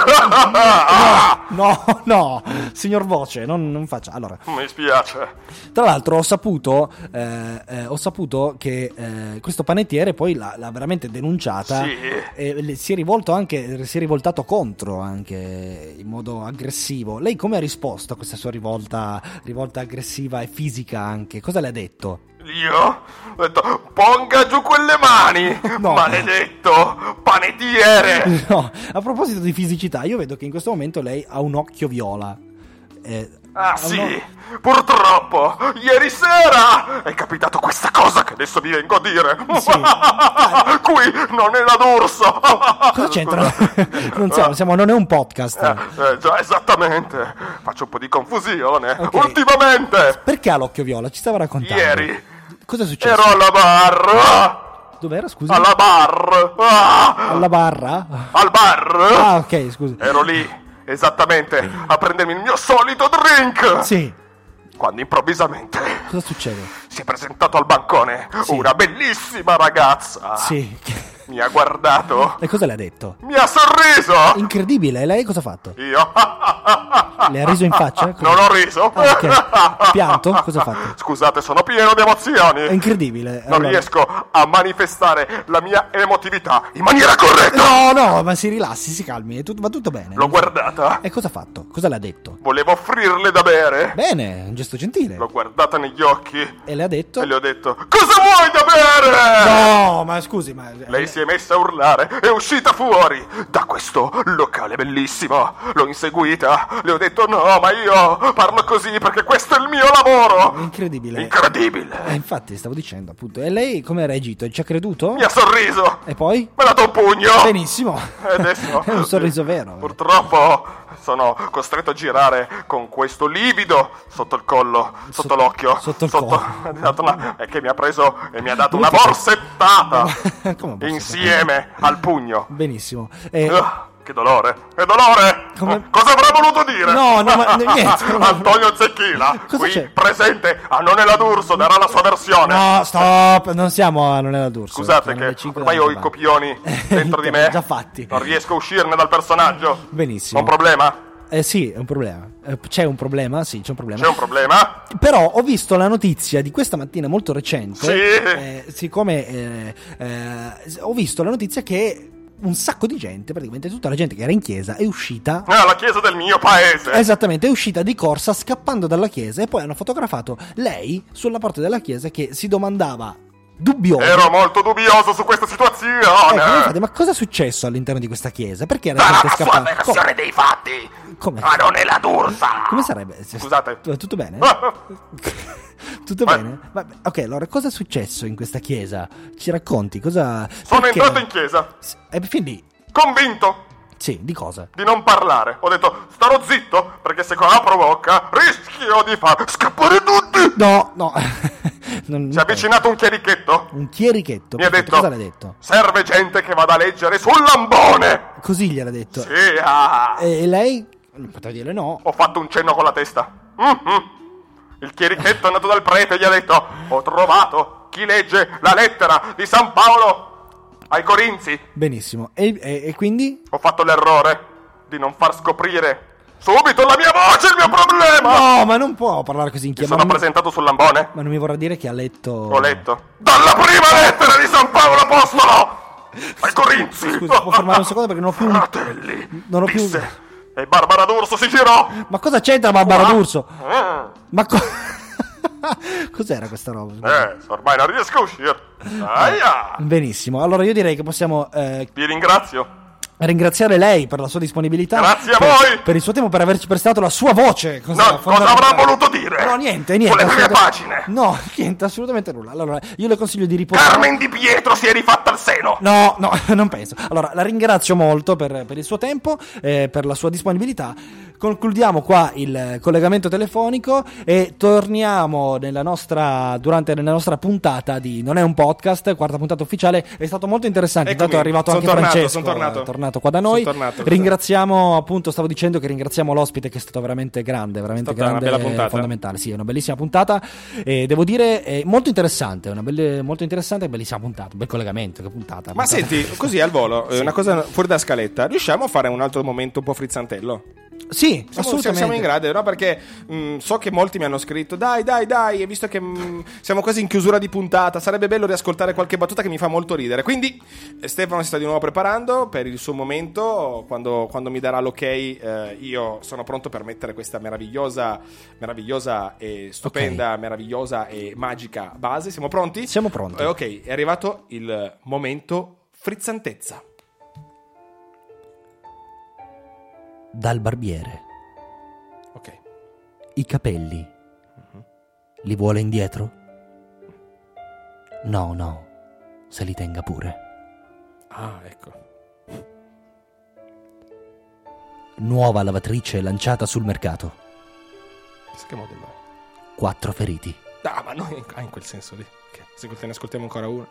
Speaker 1: No, no, signor Voce, non, non faccia. Allora,
Speaker 3: Mi spiace.
Speaker 1: tra l'altro ho saputo, eh, eh, ho saputo che eh, questo panettiere poi l'ha, l'ha veramente denunciata
Speaker 3: Sì.
Speaker 1: e le- si è rivolto anche, si è rivoltato contro anche in modo aggressivo. Lei come ha risposto a questa sua rivolta, rivolta aggressiva e fisica anche? Cosa le ha detto?
Speaker 3: Io ho detto: ponga giù quelle mani,
Speaker 1: No.
Speaker 3: maledetto panettiere.
Speaker 1: No, a proposito di fisicità, io vedo che in questo momento lei ha un occhio viola. Eh,
Speaker 3: Ah
Speaker 1: ha
Speaker 3: sì,
Speaker 1: un o-
Speaker 3: purtroppo ieri sera è capitato questa cosa che adesso vi vengo a dire.
Speaker 1: Sì.
Speaker 3: Qui non è la d'Urso.
Speaker 1: Cosa c'entra? Non siamo, siamo, non è un podcast.
Speaker 3: Eh, già, esattamente. Faccio un po' di confusione.
Speaker 1: Ok.
Speaker 3: Ultimamente,
Speaker 1: Perché ha l'occhio viola? Ci stava raccontando.
Speaker 3: ieri,
Speaker 1: Cosa è successo?
Speaker 3: ero alla bar.
Speaker 1: Dov'era, scusi?
Speaker 3: Alla bar. Ah,
Speaker 1: Alla barra?
Speaker 3: al bar.
Speaker 1: Ah, ok, scusi.
Speaker 3: Ero lì, esattamente, a prendermi il mio solito drink.
Speaker 1: Sì,
Speaker 3: Quando improvvisamente
Speaker 1: cosa succede?
Speaker 3: si è presentato al bancone
Speaker 1: Sì.
Speaker 3: una bellissima ragazza.
Speaker 1: Sì.
Speaker 3: Mi ha guardato,
Speaker 1: E cosa le ha detto?
Speaker 3: mi ha sorriso.
Speaker 1: Incredibile, lei cosa ha fatto?
Speaker 3: Io
Speaker 1: Le ha riso in faccia? Cosa-
Speaker 3: non ho riso.
Speaker 1: Ah, ok. Pianto? Cosa ha fatto?
Speaker 3: Scusate, sono pieno di emozioni.
Speaker 1: È incredibile.
Speaker 3: Non
Speaker 1: Allora-
Speaker 3: riesco a manifestare la mia emotività in maniera corretta.
Speaker 1: No, no, ma si rilassi, si calmi, è tutto- va tutto bene.
Speaker 3: L'ho guardata.
Speaker 1: E cosa ha fatto? Cosa le ha detto?
Speaker 3: Volevo offrirle da bere.
Speaker 1: Bene, un gesto gentile.
Speaker 3: L'ho guardata negli occhi
Speaker 1: E le ha detto?
Speaker 3: e le ho detto: cosa vuoi da bere?
Speaker 1: No, ma scusi, ma...
Speaker 3: Lei si è messa a urlare, è uscita fuori da questo locale bellissimo. L'ho inseguita, le ho detto: no, ma io parlo così perché questo è il mio lavoro.
Speaker 1: Incredibile.
Speaker 3: Incredibile.
Speaker 1: Eh, infatti, stavo dicendo, appunto. E lei come ha reagito? Ci ha creduto?
Speaker 3: Mi ha sorriso.
Speaker 1: E poi?
Speaker 3: Mi ha dato un pugno.
Speaker 1: Benissimo.
Speaker 3: E adesso
Speaker 1: È un sorriso vero.
Speaker 3: Purtroppo sono costretto a girare con questo livido sotto il collo, sotto,
Speaker 1: Sotto-
Speaker 3: l'occhio.
Speaker 1: sotto il collo.
Speaker 3: Mi ha dato una- È che mi ha preso e mi ha dato
Speaker 1: Come
Speaker 3: una
Speaker 1: ti-
Speaker 3: borsettata.
Speaker 1: Come borsettata?
Speaker 3: Insieme al pugno.
Speaker 1: Benissimo. E...
Speaker 3: Ah, che dolore, che dolore!
Speaker 1: Come-
Speaker 3: Cosa avrà voluto dire?
Speaker 1: No, no, ma niente.
Speaker 3: Antonio Zecchina,
Speaker 1: Cosa
Speaker 3: qui
Speaker 1: c'è?
Speaker 3: presente a Non è la D'Urso, darà la sua versione.
Speaker 1: No, stop, non siamo a Non è la D'Urso.
Speaker 3: Scusate
Speaker 1: Sono
Speaker 3: che
Speaker 1: le cinque
Speaker 3: ormai
Speaker 1: della
Speaker 3: ho i
Speaker 1: mattina.
Speaker 3: copioni dentro di me.
Speaker 1: Già fatti.
Speaker 3: Non riesco a uscirne dal personaggio.
Speaker 1: Benissimo.
Speaker 3: Ho un problema?
Speaker 1: Eh sì, è un problema. Eh, c'è un problema, sì, c'è un problema.
Speaker 3: C'è un problema?
Speaker 1: Però ho visto la notizia di questa mattina molto recente.
Speaker 3: Sì.
Speaker 1: eh, siccome eh, eh, ho visto la notizia che un sacco di gente, praticamente tutta la gente che era in chiesa, è uscita.
Speaker 3: Ah, la chiesa del mio paese.
Speaker 1: Esattamente, è uscita di corsa scappando dalla chiesa e poi hanno fotografato lei sulla porta della chiesa che si domandava dubbioso.
Speaker 3: Ero molto dubbioso su questa situazione.
Speaker 1: Ecco, infatti, ma cosa è successo all'interno di questa chiesa? Perché la
Speaker 3: Darà
Speaker 1: gente
Speaker 3: la
Speaker 1: è
Speaker 3: sua
Speaker 1: scappata?
Speaker 3: versione dei fatti.
Speaker 1: Come?
Speaker 3: Ma non è la D'Ursa.
Speaker 1: Come sarebbe?
Speaker 3: Scusate.
Speaker 1: Tutto bene?
Speaker 3: Ah,
Speaker 1: Tutto
Speaker 3: Ma-
Speaker 1: bene? Vabbè, ok, allora cosa è successo in questa chiesa? Ci racconti? Cosa...
Speaker 3: Sono
Speaker 1: perché-
Speaker 3: entrato in chiesa,
Speaker 1: E fin lì,
Speaker 3: convinto
Speaker 1: sì, di cosa?
Speaker 3: di non parlare. Ho detto: starò zitto, perché se apro bocca rischio di far scappare tutti.
Speaker 1: No, no, non-
Speaker 3: Si è avvicinato un chierichetto.
Speaker 1: Un chierichetto.
Speaker 3: Mi ha
Speaker 1: perfetto.
Speaker 3: detto:
Speaker 1: Cosa l'ha detto?
Speaker 3: serve gente che vada a leggere sul lambone.
Speaker 1: Così gliel'ha detto.
Speaker 3: Sì, ah.
Speaker 1: E lei? Non poteva dire no.
Speaker 3: Ho fatto un cenno con la testa. Mhm. Il chierichetto è andato dal prete e gli ha detto: ho trovato chi legge la lettera di San Paolo ai Corinzi.
Speaker 1: Benissimo. E, e- e quindi?
Speaker 3: Ho fatto l'errore di non far scoprire subito la mia voce, il mio problema.
Speaker 1: No, ma non può parlare così in
Speaker 3: Mi
Speaker 1: chiamata.
Speaker 3: sono presentato sul lambone.
Speaker 1: Ma non mi vorrà dire che ha letto.
Speaker 3: Ho letto dalla prima lettera di San Paolo Apostolo ai Corinzi.
Speaker 1: Scusa, può fermare un secondo perché non ho più un-
Speaker 3: Fratelli,
Speaker 1: non ho più-
Speaker 3: disse, e Barbara D'Urso si girò.
Speaker 1: Ma cosa c'entra Barbara D'Urso?
Speaker 3: Eh,
Speaker 1: Ma co- cos'era questa roba?
Speaker 3: eh, ormai non riesco a uscire. Aia.
Speaker 1: Benissimo. Allora io direi che possiamo eh,
Speaker 3: Vi ringrazio.
Speaker 1: ringraziare lei per la sua disponibilità.
Speaker 3: Grazie a
Speaker 1: per,
Speaker 3: voi.
Speaker 1: Per il suo tempo, per averci prestato la sua voce. Cosa
Speaker 3: No, cosa avrà voluto dire?
Speaker 1: No, niente, niente.
Speaker 3: Con le prime
Speaker 1: assolutamente-
Speaker 3: pagine.
Speaker 1: No, niente, assolutamente nulla. Allora, io le consiglio di riposare.
Speaker 3: Carmen Di Pietro si è rifatta al seno.
Speaker 1: No, no, non penso. Allora, la ringrazio molto per, per il suo tempo, eh, per la sua disponibilità. Concludiamo qua il collegamento telefonico e torniamo nella nostra, durante nella nostra puntata di Non è un podcast, quarta puntata ufficiale. È stato molto interessante.
Speaker 2: Eccomi,
Speaker 1: Intanto è arrivato
Speaker 2: son
Speaker 1: anche
Speaker 2: tornato,
Speaker 1: Francesco,
Speaker 2: son tornato.
Speaker 1: è tornato qua da noi.
Speaker 2: Son tornato,
Speaker 1: Ringraziamo, appunto, stavo dicendo che ringraziamo l'ospite che è stato veramente grande, veramente
Speaker 2: È stata una
Speaker 1: grande,
Speaker 2: bella puntata.
Speaker 1: fondamentale. Sì, è una bellissima puntata e devo dire è molto interessante, una belle, molto interessante e bellissima puntata, un bel collegamento, che puntata.
Speaker 2: Ma
Speaker 1: puntata.
Speaker 2: senti, così al volo, eh, una cosa fuori da scaletta, riusciamo a fare un altro momento un po' frizzantello?
Speaker 1: Sì,
Speaker 2: Siamo,
Speaker 1: assolutamente.
Speaker 2: siamo in grado, no? Perché mh, so che molti mi hanno scritto: dai, dai, dai, e visto che mh, siamo quasi in chiusura di puntata, sarebbe bello riascoltare qualche battuta che mi fa molto ridere. Quindi eh, Stefano si sta di nuovo preparando per il suo momento. Quando, quando mi darà l'ok, eh, io sono pronto per mettere questa meravigliosa, meravigliosa e stupenda,
Speaker 1: Ok.
Speaker 2: meravigliosa e magica base. Siamo pronti?
Speaker 1: Siamo pronti.
Speaker 2: Eh, ok, è arrivato il momento frizzantezza.
Speaker 1: Dal barbiere.
Speaker 2: Ok.
Speaker 1: I capelli. Li vuole indietro? No, no. Se li tenga pure.
Speaker 2: Ah, ecco.
Speaker 1: Nuova lavatrice lanciata sul mercato.
Speaker 2: Chissà che modello è.
Speaker 1: Quattro feriti.
Speaker 2: Ah, ma noi ah, in quel senso lì. Okay. Se te ne ascoltiamo ancora uno.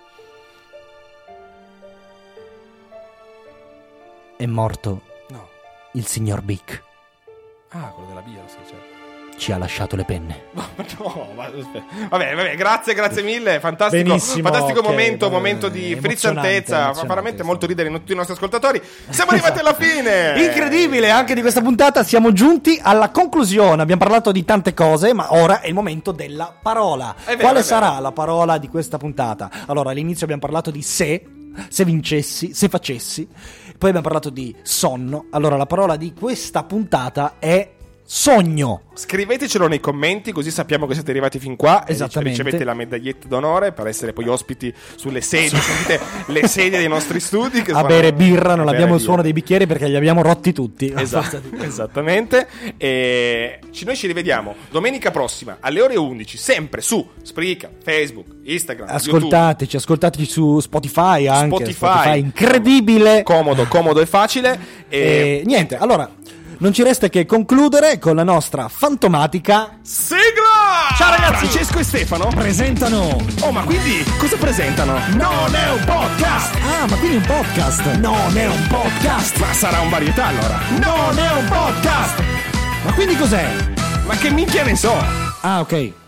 Speaker 1: È morto
Speaker 2: No.
Speaker 1: il signor Bic.
Speaker 2: Ah, quello della birra, sì, certo.
Speaker 1: Ci ha lasciato le penne.
Speaker 2: Ma no, ma aspetta. Vabbè, vabbè, grazie, grazie mille. Fantastico,
Speaker 1: Benissimo,
Speaker 2: fantastico
Speaker 1: ok,
Speaker 2: momento,
Speaker 1: vabbè,
Speaker 2: momento di
Speaker 1: emozionante,
Speaker 2: frizzantezza. Fa
Speaker 1: emozionante,
Speaker 2: veramente
Speaker 1: sì.
Speaker 2: molto ridere in tutti i nostri ascoltatori. Siamo arrivati alla fine.
Speaker 1: Incredibile, anche di questa puntata siamo giunti alla conclusione. Abbiamo parlato di tante cose, ma ora è il momento della parola.
Speaker 2: È vero,
Speaker 1: Quale
Speaker 2: è vero.
Speaker 1: sarà la parola di questa puntata? Allora, all'inizio abbiamo parlato di se, se vincessi, se facessi. Poi abbiamo parlato di sonno. Allora, la parola di questa puntata è sogno.
Speaker 2: Scrivetecelo nei commenti, così sappiamo che siete arrivati fin qua. E
Speaker 1: Esattamente.
Speaker 2: ricevete la medaglietta d'onore per essere poi ospiti sulle sedie. Sentite le sedie dei nostri studi. Che
Speaker 1: A
Speaker 2: sono-
Speaker 1: bere birra, non
Speaker 2: a bere
Speaker 1: abbiamo il
Speaker 2: birra.
Speaker 1: suono dei bicchieri perché li abbiamo rotti tutti.
Speaker 2: Esatto, esattamente. E ci- noi ci rivediamo domenica prossima alle ore undici, sempre su Spreaker, Facebook, Instagram,
Speaker 1: Ascoltateci, ascoltateci su Spotify anche.
Speaker 2: Spotify.
Speaker 1: incredibile.
Speaker 2: YouTube. Comodo, comodo e facile. E
Speaker 1: E niente, allora non ci resta che concludere con la nostra fantomatica.
Speaker 2: sigla!
Speaker 1: Ciao, ragazzi!
Speaker 2: Francesco e Stefano
Speaker 1: Presentano.
Speaker 2: Oh, ma quindi cosa presentano? Non è un podcast!
Speaker 1: Ah, ma quindi è un podcast?
Speaker 2: Non è un podcast! Ma sarà un varietà allora! Non è un podcast!
Speaker 1: Ma quindi cos'è?
Speaker 2: Ma che minchia ne so!
Speaker 1: Ah, ok.